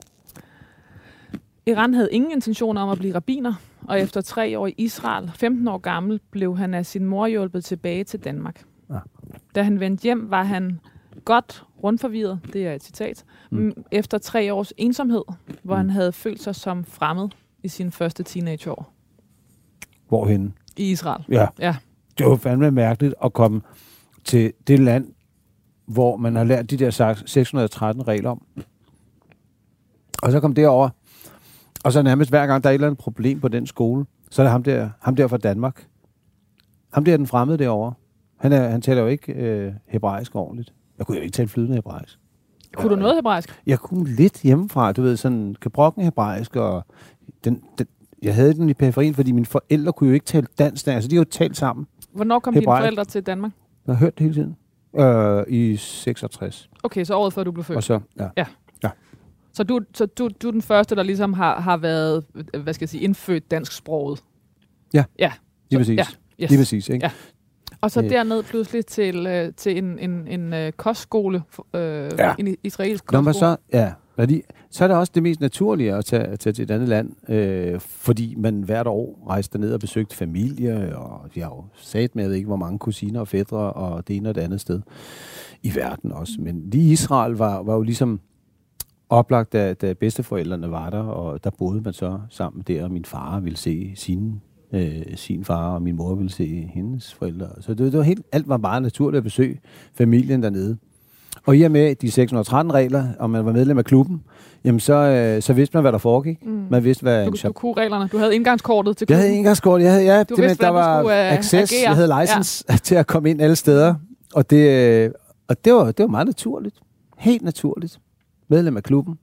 Iran havde ingen intentioner om at blive rabbiner, og efter tre år i Israel, femten år gammel, blev han af sin mor hjulpet tilbage til Danmark. Ja. Da han vendte hjem, var han godt rundforvirret, det er et citat, mm. efter tre års ensomhed, hvor mm. han havde følt sig som fremmed i sine første teenageår Hvorhenne? i Israel. Ja. Ja. Det var fandme mærkeligt at komme til det land, hvor man har lært de der seks hundrede og tretten regler om. Og så kom derover, og så nærmest hver gang, der er et eller andet problem på den skole, så er det ham der, ham der fra Danmark. Ham der er den fremmede derovre. Han, er, han taler jo ikke øh, hebraisk ordentligt. Jeg kunne jo ikke tale flydende hebraisk. Kunne du noget hebraisk? Jeg kunne lidt hjemmefra, du ved, sådan kabrokken hebraisk, og den, den, jeg havde den i periferien, fordi mine forældre kunne jo ikke tale dansk. Altså, de har jo talt sammen. Hvornår kom dine Hebraisk. forældre til Danmark? Jeg har hørt det hele tiden. Øh, I seksogtres. Okay, så året før du blev født. Og så, ja. Så du, så du, du er den første, der ligesom har, har været, øh, hvad skal jeg sige, indfødt dansksproget. Ja, Ja. lige præcis. Ja, yes. Lige præcis, ikke? Ja. Og så Øh. derned pludselig til, øh, til en, en, en øh, kostskole, øh, Ja. en israelsk Når man kostskole. så, ja, fordi, så er det også det mest naturlige at tage, at tage til et andet land, øh, fordi man hvert år rejste ned og besøgte familie, og de har jo sat med, jeg ved ikke, hvor mange kusiner og fædre, og det ene og det andet sted i verden også. Men lige Israel var, var jo ligesom oplagt, da, da bedsteforældrene var der, og der boede man så sammen der, og min far ville se sine, øh, sin far, og min mor ville se hendes forældre. Så det, det var helt, alt var bare naturligt at besøge familien dernede. Og i og med de seks hundrede og tretten regler, og man var medlem af klubben, jamen så, øh, så vidste man, hvad der foregik. Mm. Man vidste, hvad en Du, shop... du kunne reglerne. Du havde indgangskortet til Jeg havde klubben. indgangskort, jeg havde, ja, Du det, vidste, der hvad du var skulle, øh, access, agere. jeg havde license ja. til at komme ind alle steder. Og det, øh, og det, var, det var meget naturligt. Helt naturligt. Medlem af klubben.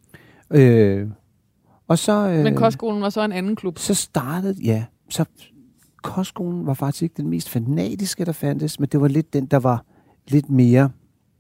Øh, og så... Øh, Men kostskolen var så en anden klub. så startede, ja, så kostskolen var faktisk ikke den mest fanatiske, der fandtes, men det var lidt den, der var lidt mere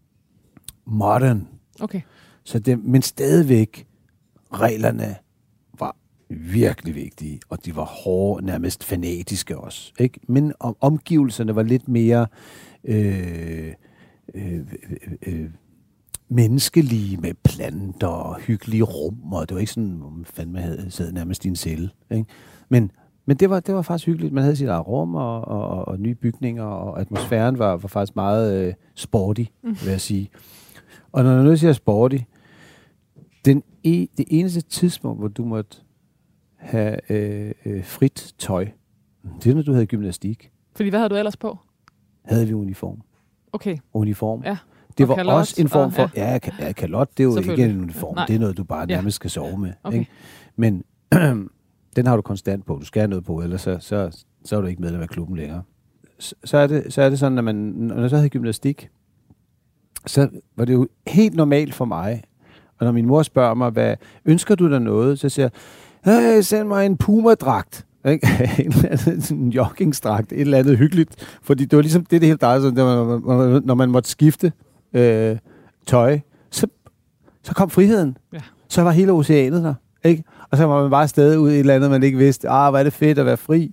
modern. Okay. Så det, men stadigvæk, reglerne var virkelig vigtige, og de var hårde, nærmest fanatiske også. Ikke? Men om, omgivelserne var lidt mere, øh, øh, øh, øh, menneskelige med planter og hyggelige rum, og det var ikke sådan, hvor man fandme havde siddet nærmest i en celle. Ikke? Men, men det, var, det var faktisk hyggeligt. Man havde sit eget rum og, og, og, og nye bygninger, og atmosfæren var, var faktisk meget øh, sporty, mm. vil jeg sige. Og når jeg nu siger sporty, den e, det eneste tidspunkt, hvor du måtte have øh, øh, frit tøj, det er, når du havde gymnastik. Fordi hvad havde du ellers på? Havde vi uniform. Okay. Uniform. Ja. Det var kalot, også en form for... og, ja, ja, ja, kalot, det er jo ikke en uniform. Nej. Det er noget, du bare nærmest skal sove med. Okay. Ikke? Men den har du konstant på. Du skal have noget på, ellers så, så, så er du ikke medlem af klubben længere. Så, så, er det, så er det sådan, at man, når jeg så havde gymnastik, så var det jo helt normalt for mig. Og når min mor spørger mig, hvad ønsker du der noget, så siger jeg, hey, send mig en Puma-dragt. Ikke? En eller anden joggingstrakt, et eller andet hyggeligt. Fordi det var ligesom det, det hele drejede sig, når man måtte skifte øh, tøj, så, så kom friheden. Ja. Så var hele oceanet der. Ikke? Og så var man bare stadig ud i et eller andet, man ikke vidste. Ah, hvor er det fedt at være fri.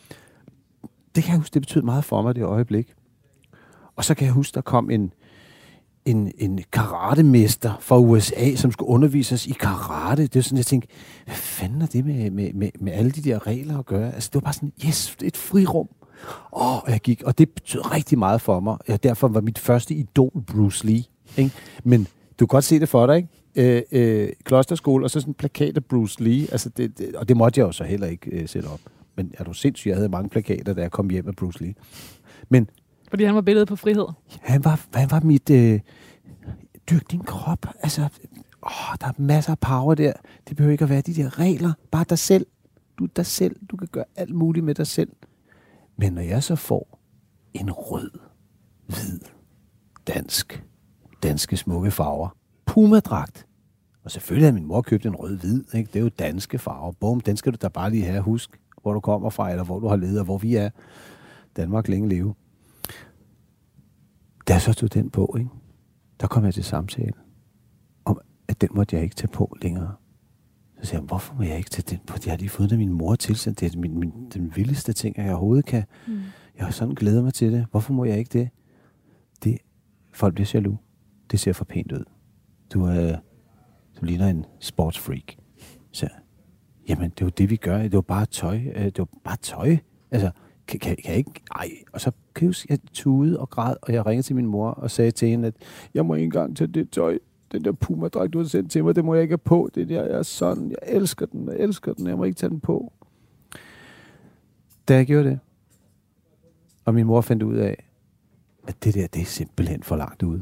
Det kan jeg huske, det betød meget for mig, det øjeblik. Og så kan jeg huske, der kom en, en, en karatemester fra U S A, som skulle undervise os i karate. Det var sådan, jeg tænkte, hvad fanden er det med, med, med, med alle de der regler at gøre? Altså, det var bare sådan, yes, et frirum. Åh, oh, jeg gik, og det betød rigtig meget for mig. Ja, derfor var mit første idol Bruce Lee. Ikke? Men du kan godt se det for dig, ikke? Øh, øh, klosterskole, og så sådan en plakat af Bruce Lee. Altså det, det, og det måtte jeg jo så heller ikke øh, sætte op. Men er du sindssyg, jeg havde mange plakater, da jeg kom hjem med Bruce Lee. Men fordi han var billedet på frihed? Han var, han var mit... Øh, dyrk din krop. Altså, åh, der er masser af power der. Det behøver ikke at være de der regler. Bare dig selv. Du er dig selv. Du kan gøre alt muligt med dig selv. Men når jeg så får en rød, hvid, dansk, danske smukke farver, Puma-dragt, og selvfølgelig har min mor købt en rød-hvid, ikke? Det er jo danske farver. Bum, den skal du da bare lige have. Husk, hvor du kommer fra, eller hvor du har levet, og hvor vi er. Danmark længe leve. Da så stod den på, ikke? Der kom jeg til samtale om, at den måtte jeg ikke tage på længere. Så siger jeg, hvorfor må jeg ikke tage den på? Jeg har lige fået det af min mor tilsendt. Det er min, min, den vildeste ting, jeg overhovedet kan. Mm. Jeg har sådan glædet mig til det. Hvorfor må jeg ikke det? Det folk bliver jaloux. Det ser for pænt ud. Du, øh, du ligner en sportsfreak. Så jamen, det er jo det, vi gør. Det var bare tøj. Det var bare tøj. Altså, kan, kan, kan jeg ikke... Ej, og så kan jeg huske, jeg tude og græd, og jeg ringede til min mor og sagde til hende, at jeg må ikke engang tage det tøj. Den der Puma-dragt, du har sendt til mig, det må jeg ikke have på. Det der, jeg er sådan, jeg elsker den, jeg elsker den, jeg må ikke tage den på. Da jeg gjorde det, og min mor fandt ud af, at det der, det er simpelthen for langt ude.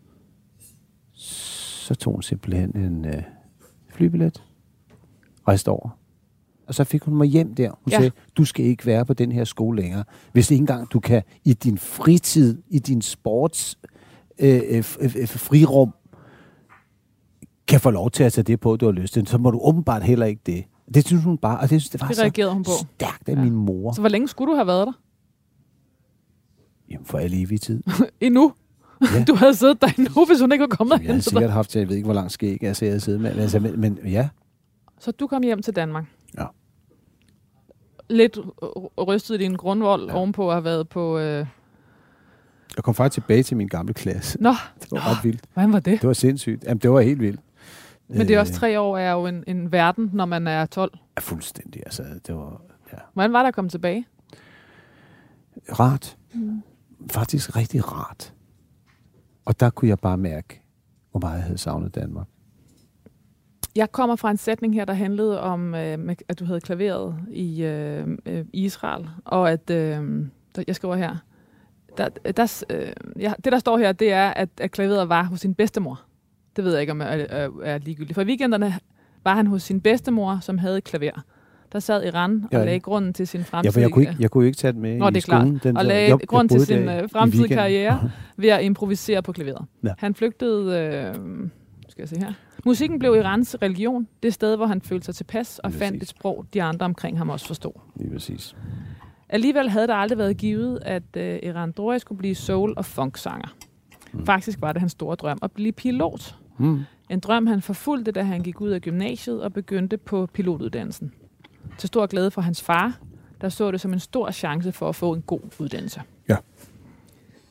Så tog hun simpelthen en øh, flybillet, rejste over. Og så fik hun mig hjem der. Hun ja. sagde, du skal ikke være på den her skole længere. Hvis ikke engang du kan i din fritid, i din sports øh, øh, øh, frirum, kan få lov til at tage det på, du har lyst til, så må du åbenbart heller ikke det. Det synes hun bare, og det synes det var det så hun på. stærkt af ja. min mor. Så hvor længe skulle du have været der? Jamen for al evig tid. Endnu? Ja. Du havde siddet der endnu, hvis hun ikke var kommet hen. Jeg har sikkert haft til, jeg ved ikke, hvor lang skæg jeg havde siddet med. Altså, men, men ja. Så du kom hjem til Danmark? Ja. Lidt rystet i din grundvold ja. ovenpå at have været på... Øh... Jeg kom faktisk tilbage til min gamle klasse. Nå. Det var ret vildt. Hvordan var det? Det var sindssygt. Jamen, det var helt vildt. Men det er også tre år er jo en, en verden, når man er tolv. Ja, fuldstændig. Altså, det var... Ja. Hvordan var det at komme tilbage? Rart. Mm. Faktisk rigtig rart. Og der kunne jeg bare mærke, hvor meget jeg havde savnet Danmark. Jeg kommer fra en sætning her, der handlede om, øh, at du havde klaveret i øh, Israel, og at, øh, der, jeg skriver her, der, der, øh, ja, det der står her, det er, at, at klaveret var hos sin bedstemor. Det ved jeg ikke, om er, er, er ligegyldigt. For i weekenderne var han hos sin bedstemor, som havde et klaver. Der sad Iran og ja, lagde grunden til sin fremtidige... Ja, for jeg kunne ikke, jeg kunne ikke tage det med Nå, i det er skolen. Den og lagde jeg, grunden jeg til sin uh, fremtidige karriere ved at improvisere på klaveret. Ja. Han flygtede... Øh, skal jeg se her. Musikken blev Irans religion. Det sted, hvor han følte sig tilpas og fandt et sprog, de andre omkring ham også forstod. Lige præcis. Alligevel havde der aldrig været givet, at uh, Eran Doré skulle blive soul- og funk-sanger. Mm. Faktisk var det hans store drøm at blive pilot. Mm. En drøm, han forfulgte, da han gik ud af gymnasiet og begyndte på pilotuddannelsen. Til stor glæde for hans far, der så det som en stor chance for at få en god uddannelse. Ja.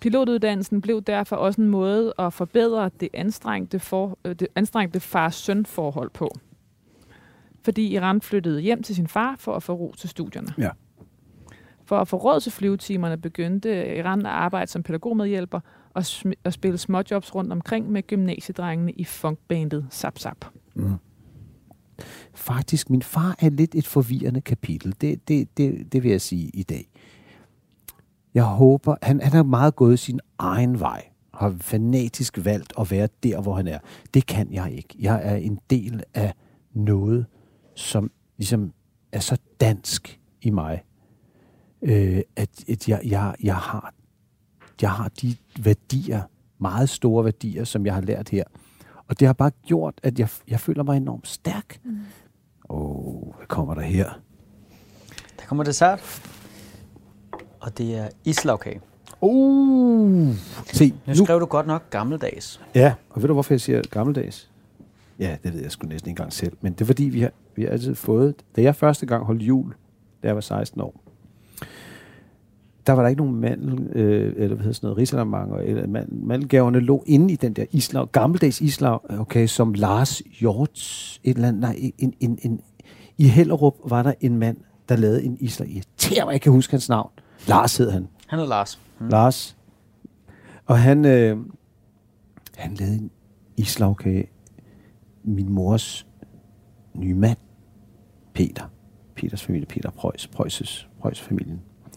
Pilotuddannelsen blev derfor også en måde at forbedre det anstrengte, for, øh, det anstrengte far-søn-forhold på. Fordi Iran flyttede hjem til sin far for at få ro til studierne. Ja. For at få råd til flyvetimerne begyndte Iran at arbejde som pædagogmedhjælper og, sm- og spille småjobs rundt omkring med gymnasiedrengene i funkbandet Zap Zap. Mm. Faktisk, min far er lidt et forvirrende kapitel. Det, det, det, det vil jeg sige i dag. Jeg håber, han, han har meget gået sin egen vej. Har fanatisk valgt at være der, hvor han er. Det kan jeg ikke. Jeg er en del af noget, som ligesom er så dansk i mig, øh, at, at jeg, jeg, jeg, har, jeg har de værdier, meget store værdier, som jeg har lært her. Og det har bare gjort, at jeg, jeg føler mig enormt stærk. Åh, mm. oh, hvad kommer der her? Der kommer dessert. Og det er islagkage. Uh, se, nu, nu skrev du godt nok gammeldags. Ja, og ved du, hvorfor jeg siger gammeldags? Ja, det ved jeg sgu næsten ikke engang selv. Men det er fordi, vi har, vi har altid fået... Da jeg første gang holdt jul, da jeg var seksten år, der var der ikke nogen mandel, øh, eller hvad hedder sådan noget, risalamang, eller mandelgaverne lå inde i den der islag, gammeldags islag, okay, som Lars Hjorts, et eller andet, nej, en, en, en, i Hellerup var der en mand, der lavede en islag. Jeg tænker, jeg kan huske hans navn. Lars hed han. Han hed Lars. Hmm. Lars. Og han, øh, han lavede en islagkage. Min mors nye mand, Peter. Peters familie, Peter Preuss, Preuss' Preuss-familien.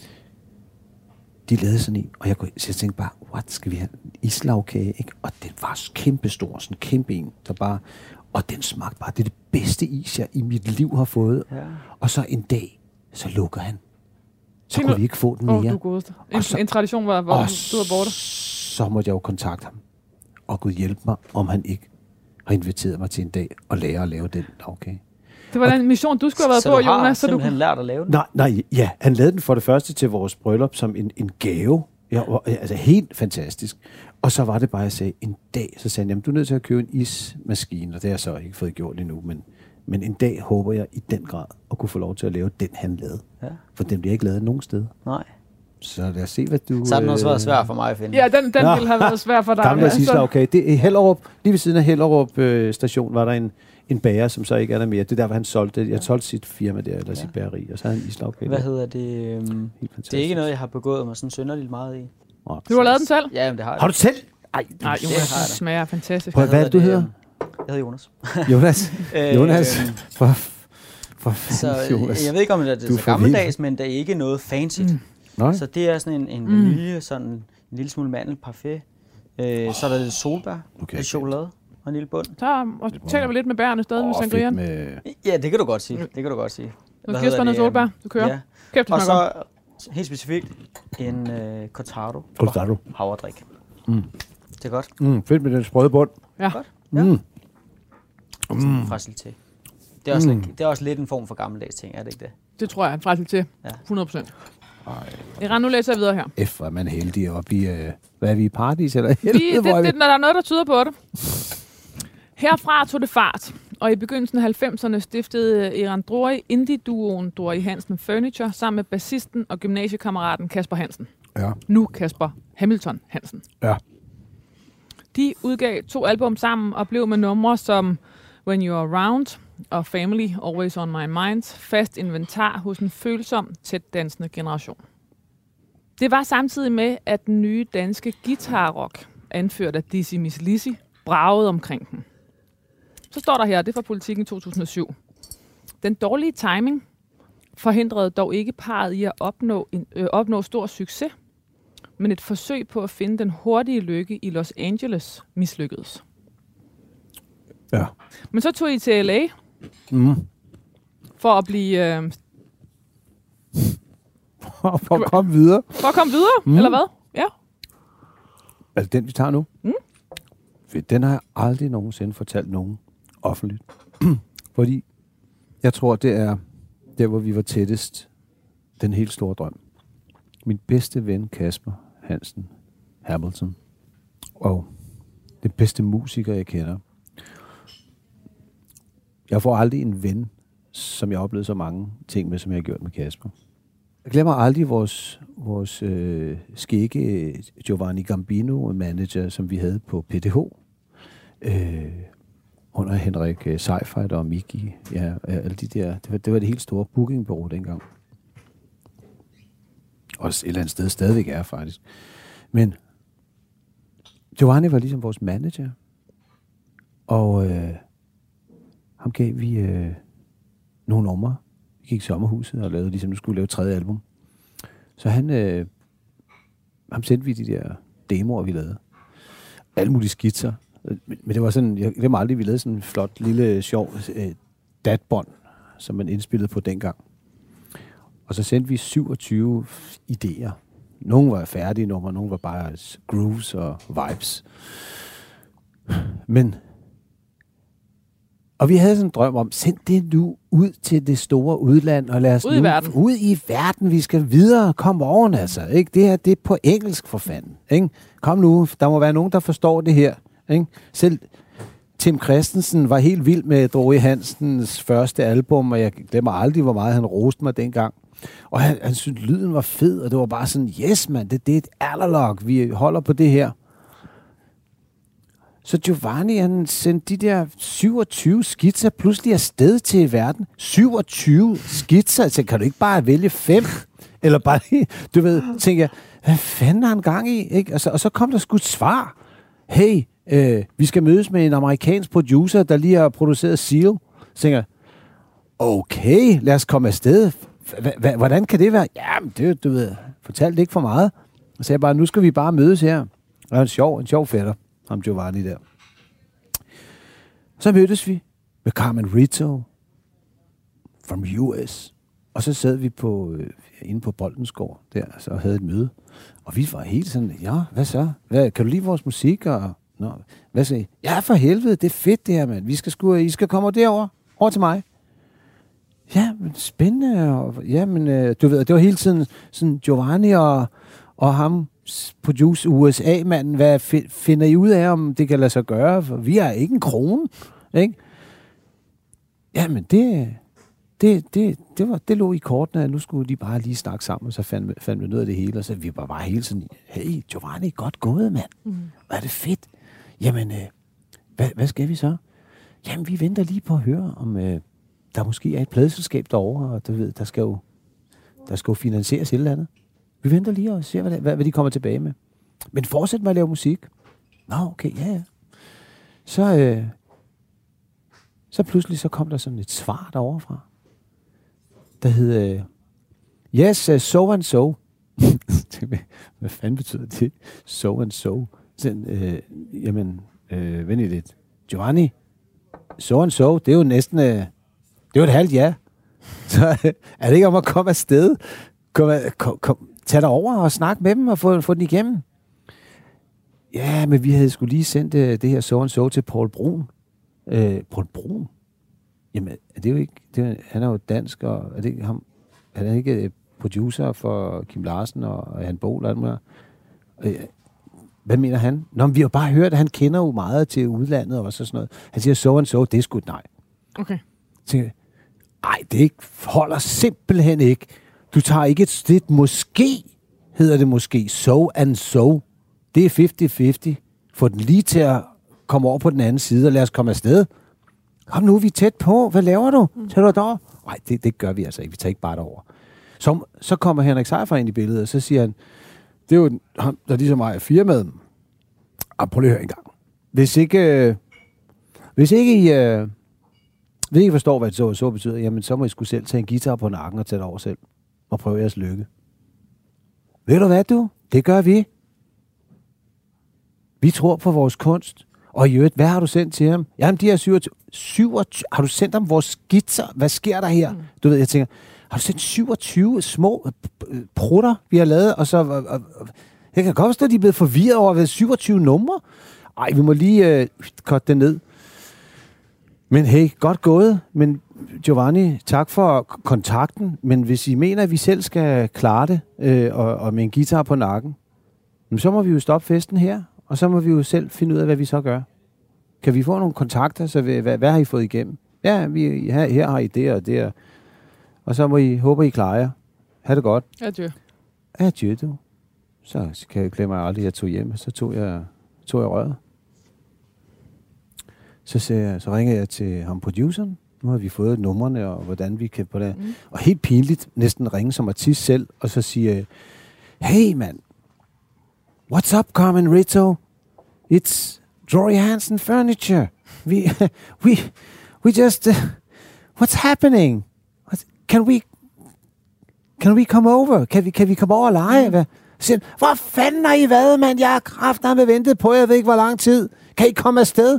De lavede sådan en, og jeg, kunne, så jeg tænkte bare, what, skal vi have en islagkage, ikke? Og den var kæmpe stor, sådan kæmpe en, der bare, og den smagte bare, det er det bedste is, jeg i mit liv har fået. Ja. Og så en dag, så lukker han. Så kunne vi ikke få den mere. Åh, oh, du godeste. En, så, en tradition var, hvor du var borte. Så måtte jeg jo kontakte ham, og Gud hjælpe mig, om han ikke har inviteret mig til en dag, og lære at lave den lavkage. Det var og, den mission, du skulle have været så på, du Jonas. Så du har lært at lave den? Nej, nej, ja. Han lavede den for det første til vores bryllup som en, en gave. Ja, og, altså helt fantastisk. Og så var det bare, at jeg sagde, en dag, så sagde han, jamen du er nødt til at købe en ismaskine, og det har jeg så ikke fået gjort endnu, men, men en dag håber jeg i den grad at kunne få lov til at lave den, han lavede. Ja. For den bliver ikke lavet nogen sted. Nej. Så lad os se, hvad du... Så har den også været svær for mig at finde. Ja, den, den ville have været svær for dig. Gamle islag, okay. Det er Hellerup, lige ved siden af Hellerup øh, station, var der en, en bager, som så ikke er der mere. Det er der, hvor han solgte, jeg solgte sit firma der, eller ja. sit bageri, og så havde han islagkage. Hvad hedder det? Um, det er ikke noget, jeg har begået mig sådan synderligt meget i. Oh, du har lavet den selv? Ja, men det har jeg. Har du selv? Ej, Nej, Jonas, det smager fantastisk. Hvad, hvad er det, du hedder? Jeg hedder Jonas. Jonas? Jonas? For, for så, Jonas. Jeg ved ikke, om det er, det er så gammeldags, men det er ikke noget fancy. Mm. Så det er sådan en, en mm. vanilje, sådan en lille smule mandelparfait. Øh, oh. Så er der lidt solbær, okay, lidt chokolade og en lille bund. Så og tæller vi lidt med bærene stadig oh, med sangrieren. Med... Ja, det kan du godt sige. Det kan du godt sige. Nu giver jeg noget solbær. Du kører. Ja. Kæft, og så helt specifikt en øh, cortado. Cortado. Havredrik. Mm. Det er godt. Mm, fedt med den sprøde bund. Ja. Godt. Ja. Mm. Mm. Fragilité. Det er, også mm. lidt, det er også lidt en form for gammeldags ting, er det ikke det? Det tror jeg, en fragilité. Ja. hundrede procent. Iran, nu læser jeg videre her. F, er man heldig op i... Øh, hvad er vi i paradis, eller helvede? Vi, det, det, det, når der er noget, der tyder på det. Herfra tog det fart, og i begyndelsen af halvfemserne stiftede Iran Drori indie-duoen Drori Hansen Furniture sammen med bassisten og gymnasiekammeraten Kasper Hansen. Ja. Nu Kasper Hamilton Hansen. Ja. De udgav to album sammen og blev med numre som When You're Around og Family, Always On My Mind, fast inventar hos en følsom, tæt dansende generation. Det var samtidig med, at den nye danske guitar-rock, anført af Dizzy Miss Lizzy, bragede omkring den. Så står der her, det er fra Politikken to tusind og syv. Den dårlige timing forhindrede dog ikke parret i at opnå, en, øh, opnå stor succes, men et forsøg på at finde den hurtige lykke i Los Angeles mislykkedes. Ja. Men så tog I til L A mm. for at blive... Øh, for at komme videre. For at komme videre, mm. eller hvad? Ja. Altså den, vi tager nu? Mm. Den har jeg aldrig nogensinde fortalt nogen offentligt. Fordi jeg tror, det er der, hvor vi var tættest. Den helt store drøm. Min bedste ven, Kasper Hansen Hamilton. Og den bedste musiker, jeg kender. Jeg får aldrig en ven, som jeg har oplevet så mange ting med, som jeg har gjort med Kasper. Jeg glemmer aldrig vores, vores øh, skægge Giovanni Gambino, manager, som vi havde på P D H. Øh, under Henrik øh, Seifert og Miki. Ja, alle de der. Det var det, var det helt store bookingbureau dengang. Og et eller andet sted stadigvæk er faktisk. Men Giovanni var ligesom vores manager. Og øh, ham gav vi øh, nogle numre. Vi gik i sommerhuset og lavede, ligesom nu skulle vi lave et tredje album. Så han, øh, ham sendte vi de der demoer, vi lavede. Alle mulige skitser. Men, men det var sådan, jeg glemmer aldrig, vi lavede sådan en flot, lille, sjov øh, datbånd, som man indspillede på dengang. Og så sendte vi syvogtyve idéer. Nogle var færdige numre, nogle var bare grooves og vibes. Men og vi havde sådan en drøm om, send det nu ud til det store udland, og lad os ud i nu, verden. Ud i verden, vi skal videre, kom oven altså, ikke? Det her, det er på engelsk for fanden, ikke? Kom nu, der må være nogen, der forstår det her, ikke? Selv Tim Christensen var helt vild med Droge Hansens første album, og jeg glemmer aldrig, hvor meget han roste mig dengang. Og han, han syntes, lyden var fed, og det var bare sådan, yes mand, det, det er et analog, vi holder på det her. Så Giovanni, han sendte de der syvogtyve skitser pludselig afsted til verden. syvogtyve skitser? Altså, kan du ikke bare vælge fem? Eller bare lige, du ved, tænker jeg, hvad fanden har han gang i? Ikke? Og, så, og så kom der sgu et svar. Hey, øh, vi skal mødes med en amerikansk producer, der lige har produceret Seal. Så tænker jeg, okay, lad os komme afsted. Hvordan kan det være? Jamen, det, du ved, fortalte ikke for meget. Så sagde jeg bare, nu skal vi bare mødes her. Og en sjov, en sjov fætter. Ham Giovanni der. Så mødtes vi med Carmen Rito from U S. Og så sad vi på, øh, inde på Boldensgård der, så havde et møde. Og vi var helt sådan, ja, hvad så? Hvad, kan du lide vores musik? Og, nå, hvad sagde I? Ja, for helvede, det er fedt det her, mand. Vi skal sgu, I skal komme derover, over til mig. Ja, men spændende. Og, ja, men øh, du ved, det var hele tiden sådan Giovanni og, og ham, produce U S A-manden, hvad f- finder I ud af, om det kan lade sig gøre? For vi har ikke en krone, ikke? Jamen, det, det, det, det, var, det lå i kortene, at nu skulle de bare lige snakke sammen, og så fandt, fandt vi noget af det hele, og så vi var bare hele sådan, hey, Giovanni, godt gået, mand. Mm. Hvad er det fedt? Jamen, øh, hvad, hvad skal vi så? Jamen, vi venter lige på at høre, om øh, der måske er et pladeselskab derovre, og du ved, der skal jo, der skal jo finansieres et eller andet. Vi venter lige og ser, hvad, hvad, hvad de kommer tilbage med. Men fortsæt med at lave musik. Nå, okay, ja, ja. Så, øh, så pludselig så kom der sådan et svar derovre fra. Der hed, øh, yes, uh, so and so. Hvad fanden betyder det? So and so. Så, øh, jamen, øh, vent lidt. Giovanni, so and so, det er jo næsten, øh, det er jo et halvt ja. Så øh, er det ikke om at komme afsted? Kom, kom, kom. Tag dig over og snak med dem og få, få den igennem. Ja, men vi havde sgu lige sendt uh, det her so and so til Paul Brun. Uh, Paul Brun? Jamen, det er jo ikke... Det er, han er jo dansk, og er det ikke ham? Han er ikke producer for Kim Larsen og Han Bol og alt muligt. Uh, hvad mener han? Nå, men vi har bare hørt, at han kender jo meget til udlandet og sådan noget. Han siger so and so, det er sgu et nej. Okay. Så tænker jeg, ej, det ikke, holder simpelthen ikke. Du tager ikke et sted, måske hedder det måske, so and so. Det er halvtreds halvtreds. Få den lige til at komme over på den anden side, og lad os komme afsted. Kom nu, vi er tæt på. Hvad laver du? Mm. Tager du derover? Nej, det, det gør vi altså ikke. Vi tager ikke bare derover. Så, så kommer Henrik Seifert ind i billedet, og så siger han, det er jo ham, der ligesom ejer firmaet. Og prøv lige at høre en gang. Hvis ikke, øh, hvis ikke I... Øh, hvis ikke I forstår, hvad det så, så betyder, jamen så må I sgu selv tage en guitar på nakken og tage det over selv. Og prøve jeres lykke. Ved du hvad, du? Det gør vi. Vi tror på vores kunst. Og i øvrigt, hvad har du sendt til ham? Jamen, de her syvogtyve... syvogtyve har du sendt ham vores skitser? Hvad sker der her? Mm. Du ved, jeg tænker, har du sendt syvogtyve små prutter, vi har lavet? Og så... Og, og, jeg kan godt forstå, at de er blevet forvirret over, hvad syvogtyve numre? Ej, vi må lige øh, korte det ned. Men hey, godt gået. Men Giovanni, tak for kontakten. Men hvis I mener, at vi selv skal klare det, øh, og, og med en guitar på nakken, så må vi jo stoppe festen her, og så må vi jo selv finde ud af, hvad vi så gør. Kan vi få nogle kontakter, så hvad, hvad, hvad har I fået igennem? Ja, vi, her, her har I det og det. Og så må I, håber I klarer jer. Ha' det godt. Adieu. Adieu, du. Så kan jeg glemme mig aldrig, at jeg tog hjem, så tog jeg, tog jeg røret. Så, jeg, så ringer jeg til ham produceren. Nu har vi fået numrene, og hvordan vi kan på det. Mm. Og helt pinligt næsten ringe som artist selv, og så siger hey man, what's up, Carmen Rito? It's Drory Hansen Furniture. We, we, we just, uh, what's happening? What, can we, can we come over? Kan vi, kan vi komme over og lege? Mm. Så siger, hvor fanden har I været, mand? Jeg har kraftedeme ventet på, jeg ved ikke, hvor lang tid. Kan I komme afsted?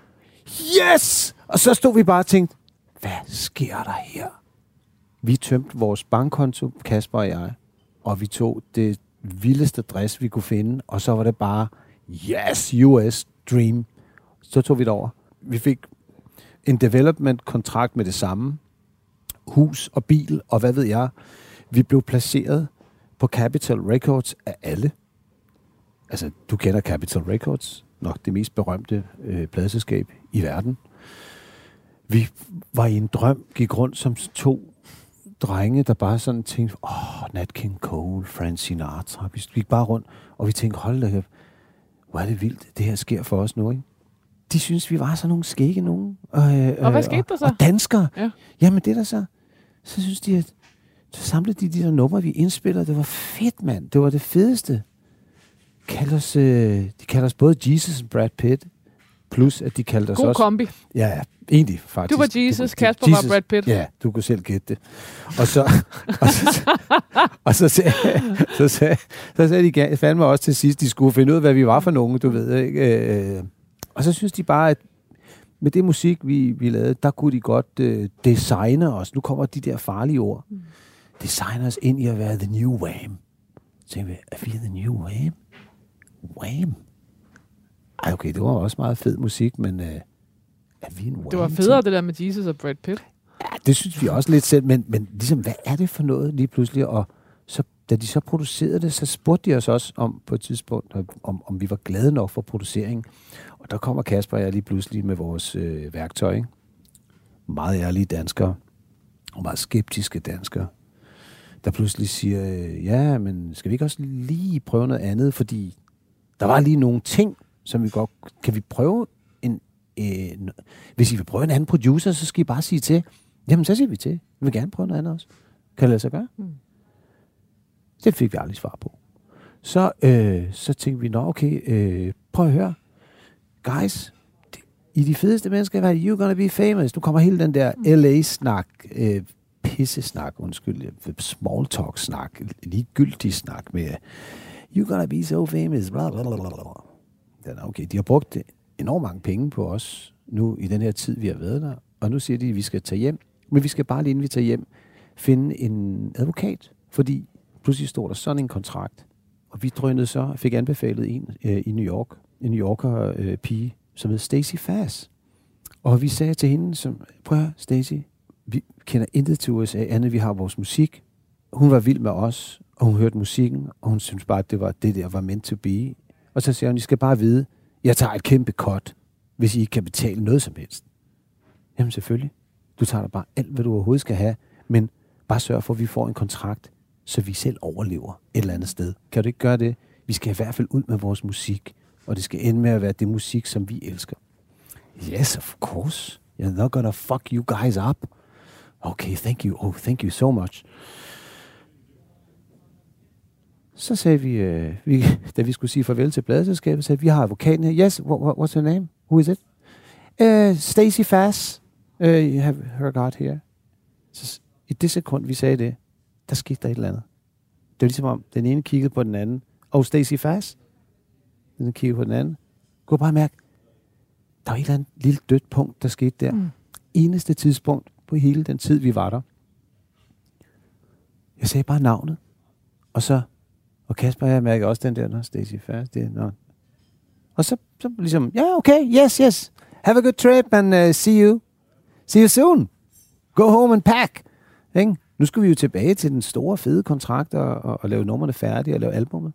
Yes! Og så stod vi bare og tænkte, hvad sker der her? Vi tømte vores bankkonto, Kasper og jeg, og vi tog det vildeste dress, vi kunne finde, og så var det bare, yes, U S Dream. Så tog vi det over. Vi fik en development-kontrakt med det samme. Hus og bil, og hvad ved jeg. Vi blev placeret på Capitol Records af alle. Altså, du kender Capitol Records. Nok det mest berømte øh, pladeselskab i verden. Vi var i en drøm, gik rundt som to drenge, der bare sådan tænkte, åh, oh, Nat King Cole, Frank Sinatra. Vi gik bare rundt, og vi tænkte, hold da her, hvor er det vildt, det her sker for os nu, ikke? De synes, vi var sådan nogle skægge nogen. Og, øh, og hvad skete der så? Og danskere. Ja. Jamen det der så, så synes de, at så samlede de de der numre, vi indspiller. Det var fedt, mand. Det var det fedeste. Kaldte os, øh, de kaldte os både Jesus og Brad Pitt. Plus, at de kaldte os God også... God kombi. Ja, ja, egentlig faktisk. Du var Jesus, Kasper Jesus, var Brad Pitt. Ja, du kunne selv gætte det. Og så... og så, og så sagde, så sagde, så sagde de fandme også til sidst, de skulle finde ud af, hvad vi var for nogen, du ved, ikke? Og så synes de bare, at med det musik, vi, vi lavede, der kunne de godt uh, designe os. Nu kommer de der farlige ord. Mm. Designe os ind i at være the new Wham. Så tænkte vi, er vi the new Wham? Wham? Ej, okay, det var også meget fed musik, men uh, er vi en Wham? Det var federe, det der med Jesus og Brad Pitt. Ja, det synes vi også lidt selv, men, men ligesom, hvad er det for noget lige pludselig? Og så, da de så producerede det, så spurgte de os også om på et tidspunkt, om, om vi var glade nok for produceringen. Og der kommer Kasper og jeg lige pludselig med vores øh, værktøj, ikke? Meget ærlige danskere, og meget skeptiske danskere, der pludselig siger, øh, ja, men skal vi ikke også lige prøve noget andet? Fordi der var lige nogle ting, som vi godt... Kan vi prøve en... Øh, hvis I vil prøve en anden producer, så skal I bare sige til. Jamen, så siger vi til. Vi vil gerne prøve noget andet også. Kan det lade sig gøre? Mm. Det fik vi aldrig svar på. Så, øh, så tænkte vi, nå okay, øh, prøv at høre. Guys, I de fedeste mennesker i verden, you're gonna be famous. Nu kommer hele den der L A-snak, øh, pisse-snak, undskyld, small talk-snak, ligegyldig snak med, you're gonna be so famous, bla bla bla bla. Okay, de har brugt enormt mange penge på os nu i den her tid, vi har været der, og nu siger de, at vi skal tage hjem, men vi skal bare lige inden vi tager hjem, finde en advokat, fordi pludselig stod der sådan en kontrakt, og vi drønede så og fik anbefalet en øh, i New York, en New Yorker øh, pige, som hed Stacey Fass. Og vi sagde til hende, som, prøv at høre, Stacey, vi kender intet til U S A, andet vi har vores musik. Hun var vild med os, og hun hørte musikken, og hun syntes bare, at det var det der var meant to be. Og så siger hun, I skal bare vide, jeg tager et kæmpe cut, hvis I ikke kan betale noget som helst. Jamen selvfølgelig. Du tager da bare alt, hvad du overhovedet skal have, men bare sørg for, at vi får en kontrakt, så vi selv overlever et eller andet sted. Kan du ikke gøre det? Vi skal i hvert fald ud med vores musik, og det skal ende med at være det musik, som vi elsker. Yes, of course. You're not gonna fuck you guys up. Okay, thank you. Oh, thank you so much. Så sagde vi, øh, vi, da vi skulle sige farvel til pladeselskabet, sagde vi, vi har advokaten her. Yes, what, what's her name? Who is it? Uh, Stacey Fass. Uh, you have her got here. Så i det sekund, vi sagde det, der skete der et eller andet. Det var ligesom om, den ene kiggede på den anden. Oh, Stacey Fass? Den kiggede på den anden. Gå bare mærke, der var et eller andet lille dødt punkt, der skete der. Mm. Eneste tidspunkt på hele den tid, vi var der. Jeg sagde bare navnet. Og så, og Kasper, jeg mærker også den der, nå, Stacey Fass, det er, nå. Og så, så ligesom, ja, yeah, okay, yes, yes. Have a good trip, and uh, see you. See you soon. Go home and pack. Ikke? Nu skal vi jo tilbage til den store, fede kontrakt, og, og, og lave numrene færdige, og lave albumet.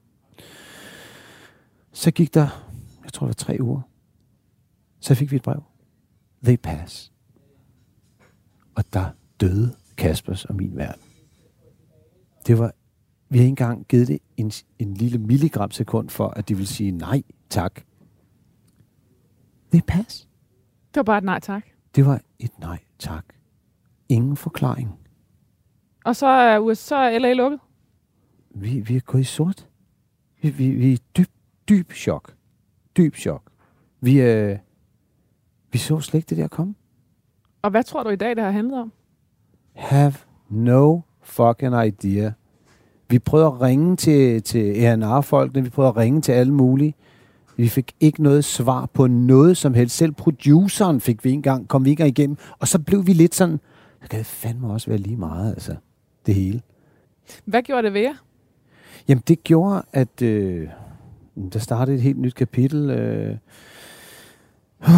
Så gik der, jeg tror det var tre uger, så fik vi et brev. They pass. Og der døde Kaspers og min verden. det var, vi har ikke engang givet det en, en lille milligram sekund for, at de vil sige nej, tak. Det er pas. Det var bare et nej tak. Det var et nej, tak. Ingen forklaring. Og så er U S A, så er L A lukket? Vi, vi er gået i sort. Vi, vi, vi er i dyb, dyb chok. Dyb chok. Vi, øh, vi så slet ikke det der komme. Og hvad tror du i dag, det har handlet om? Have no fucking idea. Vi prøvede at ringe til, til R N R-folkene, vi prøvede at ringe til alle mulige. Vi fik ikke noget svar på noget som helst. Selv produceren fik vi engang, kom vi ikke igennem. Og så blev vi lidt sådan, det kan fandme også være lige meget, altså, det hele. Hvad gjorde det ved jer? Jamen, det gjorde, at øh, der startede et helt nyt kapitel. Øh, øh,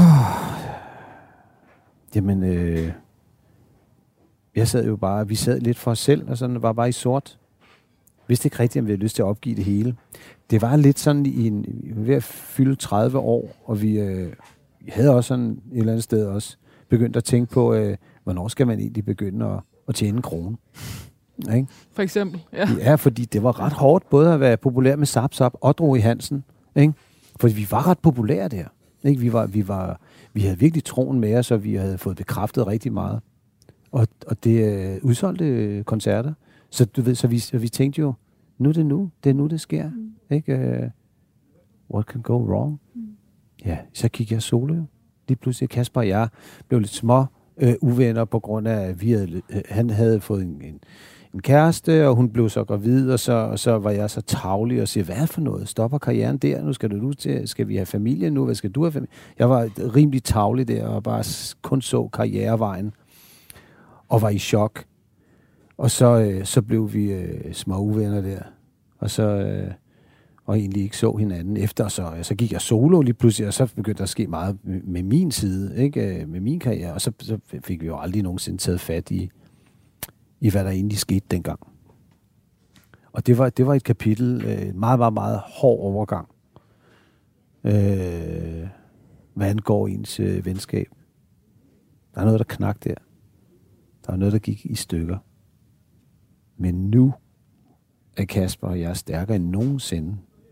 jamen, øh, jeg sad jo bare, vi sad lidt for os selv, og sådan var bare i sort. Vidste ikke rigtigt, om vi havde lyst til at opgive det hele. Det var lidt sådan i en, vi var ved at fylde tredive år, og vi, øh, vi havde også sådan et eller andet sted også begyndt at tænke på, øh, hvornår skal man egentlig begynde at, at tjene en krone. Ikke? For eksempel, ja. Ja, fordi det var ret hårdt både at være populær med Zap Zap og Dro i Hansen. Ikke? Fordi vi var ret populære der. Ikke? Vi, var, vi, var, vi havde virkelig troen med os, og vi havde fået bekræftet rigtig meget. Og, og det øh, udsolgte koncerter. Så, du ved, så, vi, så vi tænkte jo, nu er det nu. Det er nu, det sker. Mm. Ikke? Uh, what can go wrong? Mm. Ja, så gik jeg solo jo. Lige pludselig Kasper og jeg blev lidt små øh, uvenner på grund af, at vi havde, øh, han havde fået en, en, en kæreste, og hun blev så gravid, og så, og så var jeg så tavlig og siger, hvad for noget? Stopper karrieren der? Nu skal du nu til, skal vi have familie nu? Hvad skal du have familie? Jeg var rimelig tavlig der, og bare kun så karrierevejen, og var i chok. Og så, øh, så blev vi øh, små uvenner der, og så øh, og egentlig ikke så hinanden efter, så, så gik jeg solo lige pludselig, og så begyndte der at ske meget med, med min side, ikke? Med min karriere, og så, så fik vi jo aldrig nogensinde taget fat i, i hvad der egentlig skete dengang. Og det var, det var et kapitel, øh, meget, meget, meget hård overgang, øh, hvad angår ens øh, venskab. Der er noget, der knak der. Der er noget, der gik i stykker. Men nu er Kasper og jeg stærkere end nogensinde,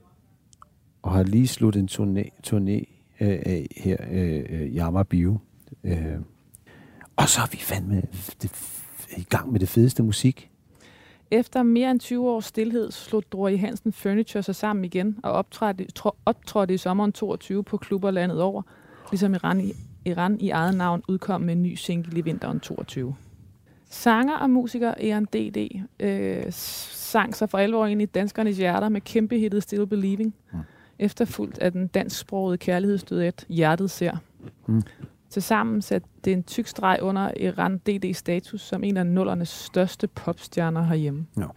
og har lige sluttet en turné, turné øh, af her øh, Jammer Bio. Øh. Og så er vi fandme det, i gang med det fedeste musik. Efter mere end tyve års stilhed slog Dro i Hansen Furniture sig sammen igen og optrådte, optrådte i sommeren toogtyve på klubber landet over, ligesom Iran i, Iran i eget navn udkom med en ny single i vinteren toogtyve. Sanger og musiker Eran D D øh, sang sig for alvor ind i danskernes hjerter med kæmpe hittet Still Believing, mm. efterfulgt af den dansksprogede kærlighedsduet Hjertet ser. Mm. Tilsammen satte det en tyk streg under Eran D D's status som en af nullernes største popstjerner herhjemme. Ja.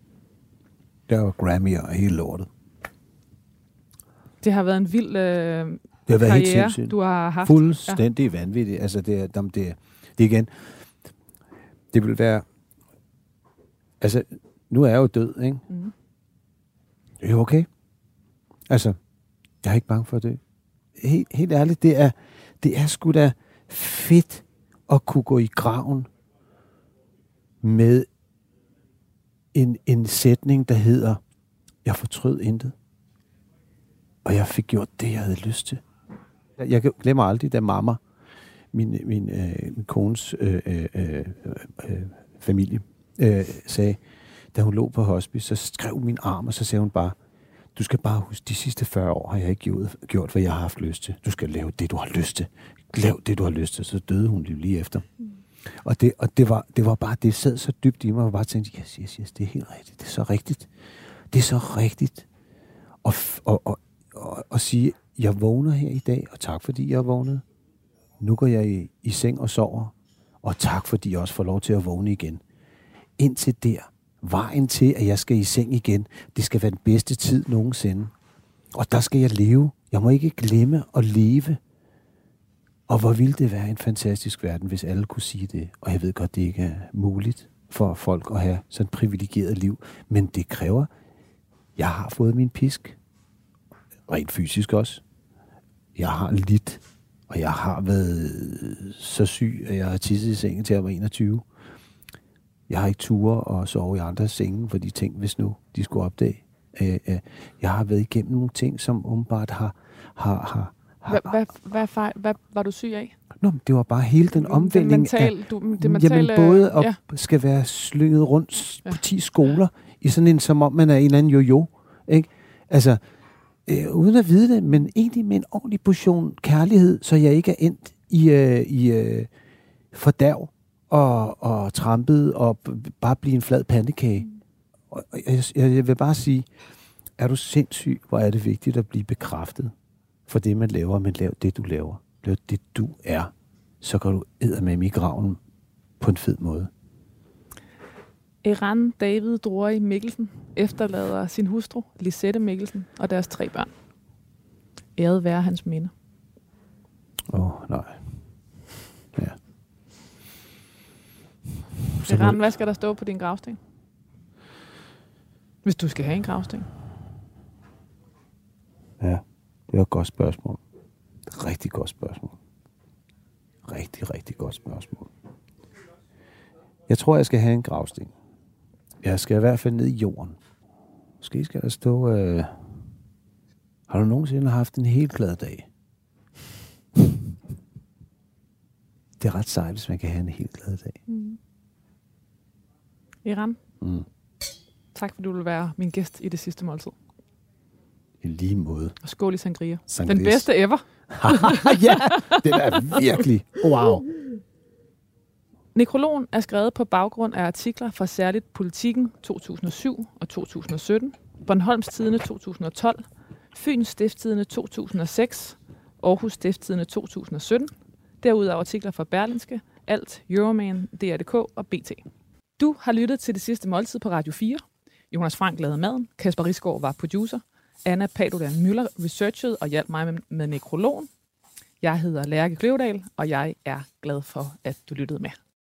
Der var Grammy'er og hele lortet. Det har været en vild øh, det har været karriere, helt du har haft. Fuldstændig ja. vanvittigt. Altså det er, det, det, det igen... Det vil være... Altså, nu er jeg jo død, ikke? Mm. Det er jo okay. Altså, jeg er ikke bange for at dø. Helt, helt ærligt, det er, det er sgu da fedt at kunne gå i graven med en, en sætning, der hedder, jeg fortrød intet. Og jeg fik gjort det, jeg havde lyst til. Jeg, jeg glemmer aldrig, da mamma, min, min, øh, min kones øh, øh, øh, øh, familie, øh, sagde, da hun lå på hospice, så skrev min arm, og så sagde hun bare, du skal bare huske, de sidste fyrre år har jeg ikke gjort, gjort, hvad jeg har haft lyst til. Du skal lave det, du har lyst til. Lav det, du har lyst til. Så døde hun lige efter. Mm. Og, det, og det, var, det var bare, det sad så dybt i mig, og bare tænkte, yes, yes, yes, det er helt rigtigt. Det er så rigtigt. Det er så rigtigt. Og, og, og, og, og sige, jeg vågner her i dag, og tak fordi jeg vågnede. Nu går jeg i, i seng og sover, og tak fordi jeg også får lov til at vågne igen. Indtil der, vejen til, at jeg skal i seng igen, det skal være den bedste tid nogensinde. Og der skal jeg leve. Jeg må ikke glemme at leve. Og hvor ville det være en fantastisk verden, hvis alle kunne sige det. Og jeg ved godt, det ikke er muligt for folk at have sådan et privilegeret liv. Men det kræver, jeg har fået min pisk. Rent fysisk også. Jeg har lidt. Og jeg har været så syg, at jeg har tisset i sengen til jeg var enogtyve. Jeg har ikke ture og sove i andres senge, for de ting, hvis nu de skulle opdage. Øh, øh, jeg har været igennem nogle ting, som umiddelbart har... har, har, har Hvad, hvad, hvad, fejl, hvad var du syg af? Nå, det var bare hele den omvending den mental, af... Du, det mentale, jamen, både at ja. skal være slynget rundt Ja. på ti skoler, i sådan en, som om man er en eller anden jojo, ikke? Altså, øh, uden at vide det, men egentlig med en ordentlig portion kærlighed, så jeg ikke er endt i, øh, i øh, fordærv og, og trampet og b- bare blive en flad pandekage. Og jeg, jeg vil bare sige, er du sindssyg, hvor er det vigtigt at blive bekræftet for det, man laver, men lav det, du laver. Lav det, du er. Så går du eddermame i graven på en fed måde. Eran David Drori Mikkelsen efterlader sin hustru, Lisette Mikkelsen, og deres tre børn. Æret være hans minde. Åh, oh, nej. Ja. Eran, hvad skal der stå på din gravsten? Hvis du skal have en gravsten. Ja, det var et godt spørgsmål. Rigtig godt spørgsmål. Rigtig, rigtig godt spørgsmål. Jeg tror, jeg skal have en gravsten. Jeg skal i hvert fald ned i jorden. Måske skal der stå... Øh... Har du nogensinde haft en helt glad dag? Det er ret sejt, hvis man kan have en helt glad dag. Mm. Eran, Mm. tak fordi du vil være min gæst i det sidste måltid. I lige måde. Og skål i sangria. Sangria. Den bedste ever. Ja, det er virkelig. Wow. Nekrologen er skrevet på baggrund af artikler fra særligt Politiken to tusind og syv og to tusind og sytten, Bornholms Tidende to tusind og tolv, Fyns Stiftstidende to tusind og seks, Aarhus Stiftstidende to tusind og sytten, derudover artikler fra Berlingske, Alt, Euroman, D R punktum D K og B T. Du har lyttet til Det Sidste Måltid på Radio fire. Jonas Frank lavede maden, Kasper Risgaard var producer, Anna Paludan Müller researchede og hjalp mig med, med nekrologen. Jeg hedder Lærke Kløvedal, og jeg er glad for, at du lyttede med.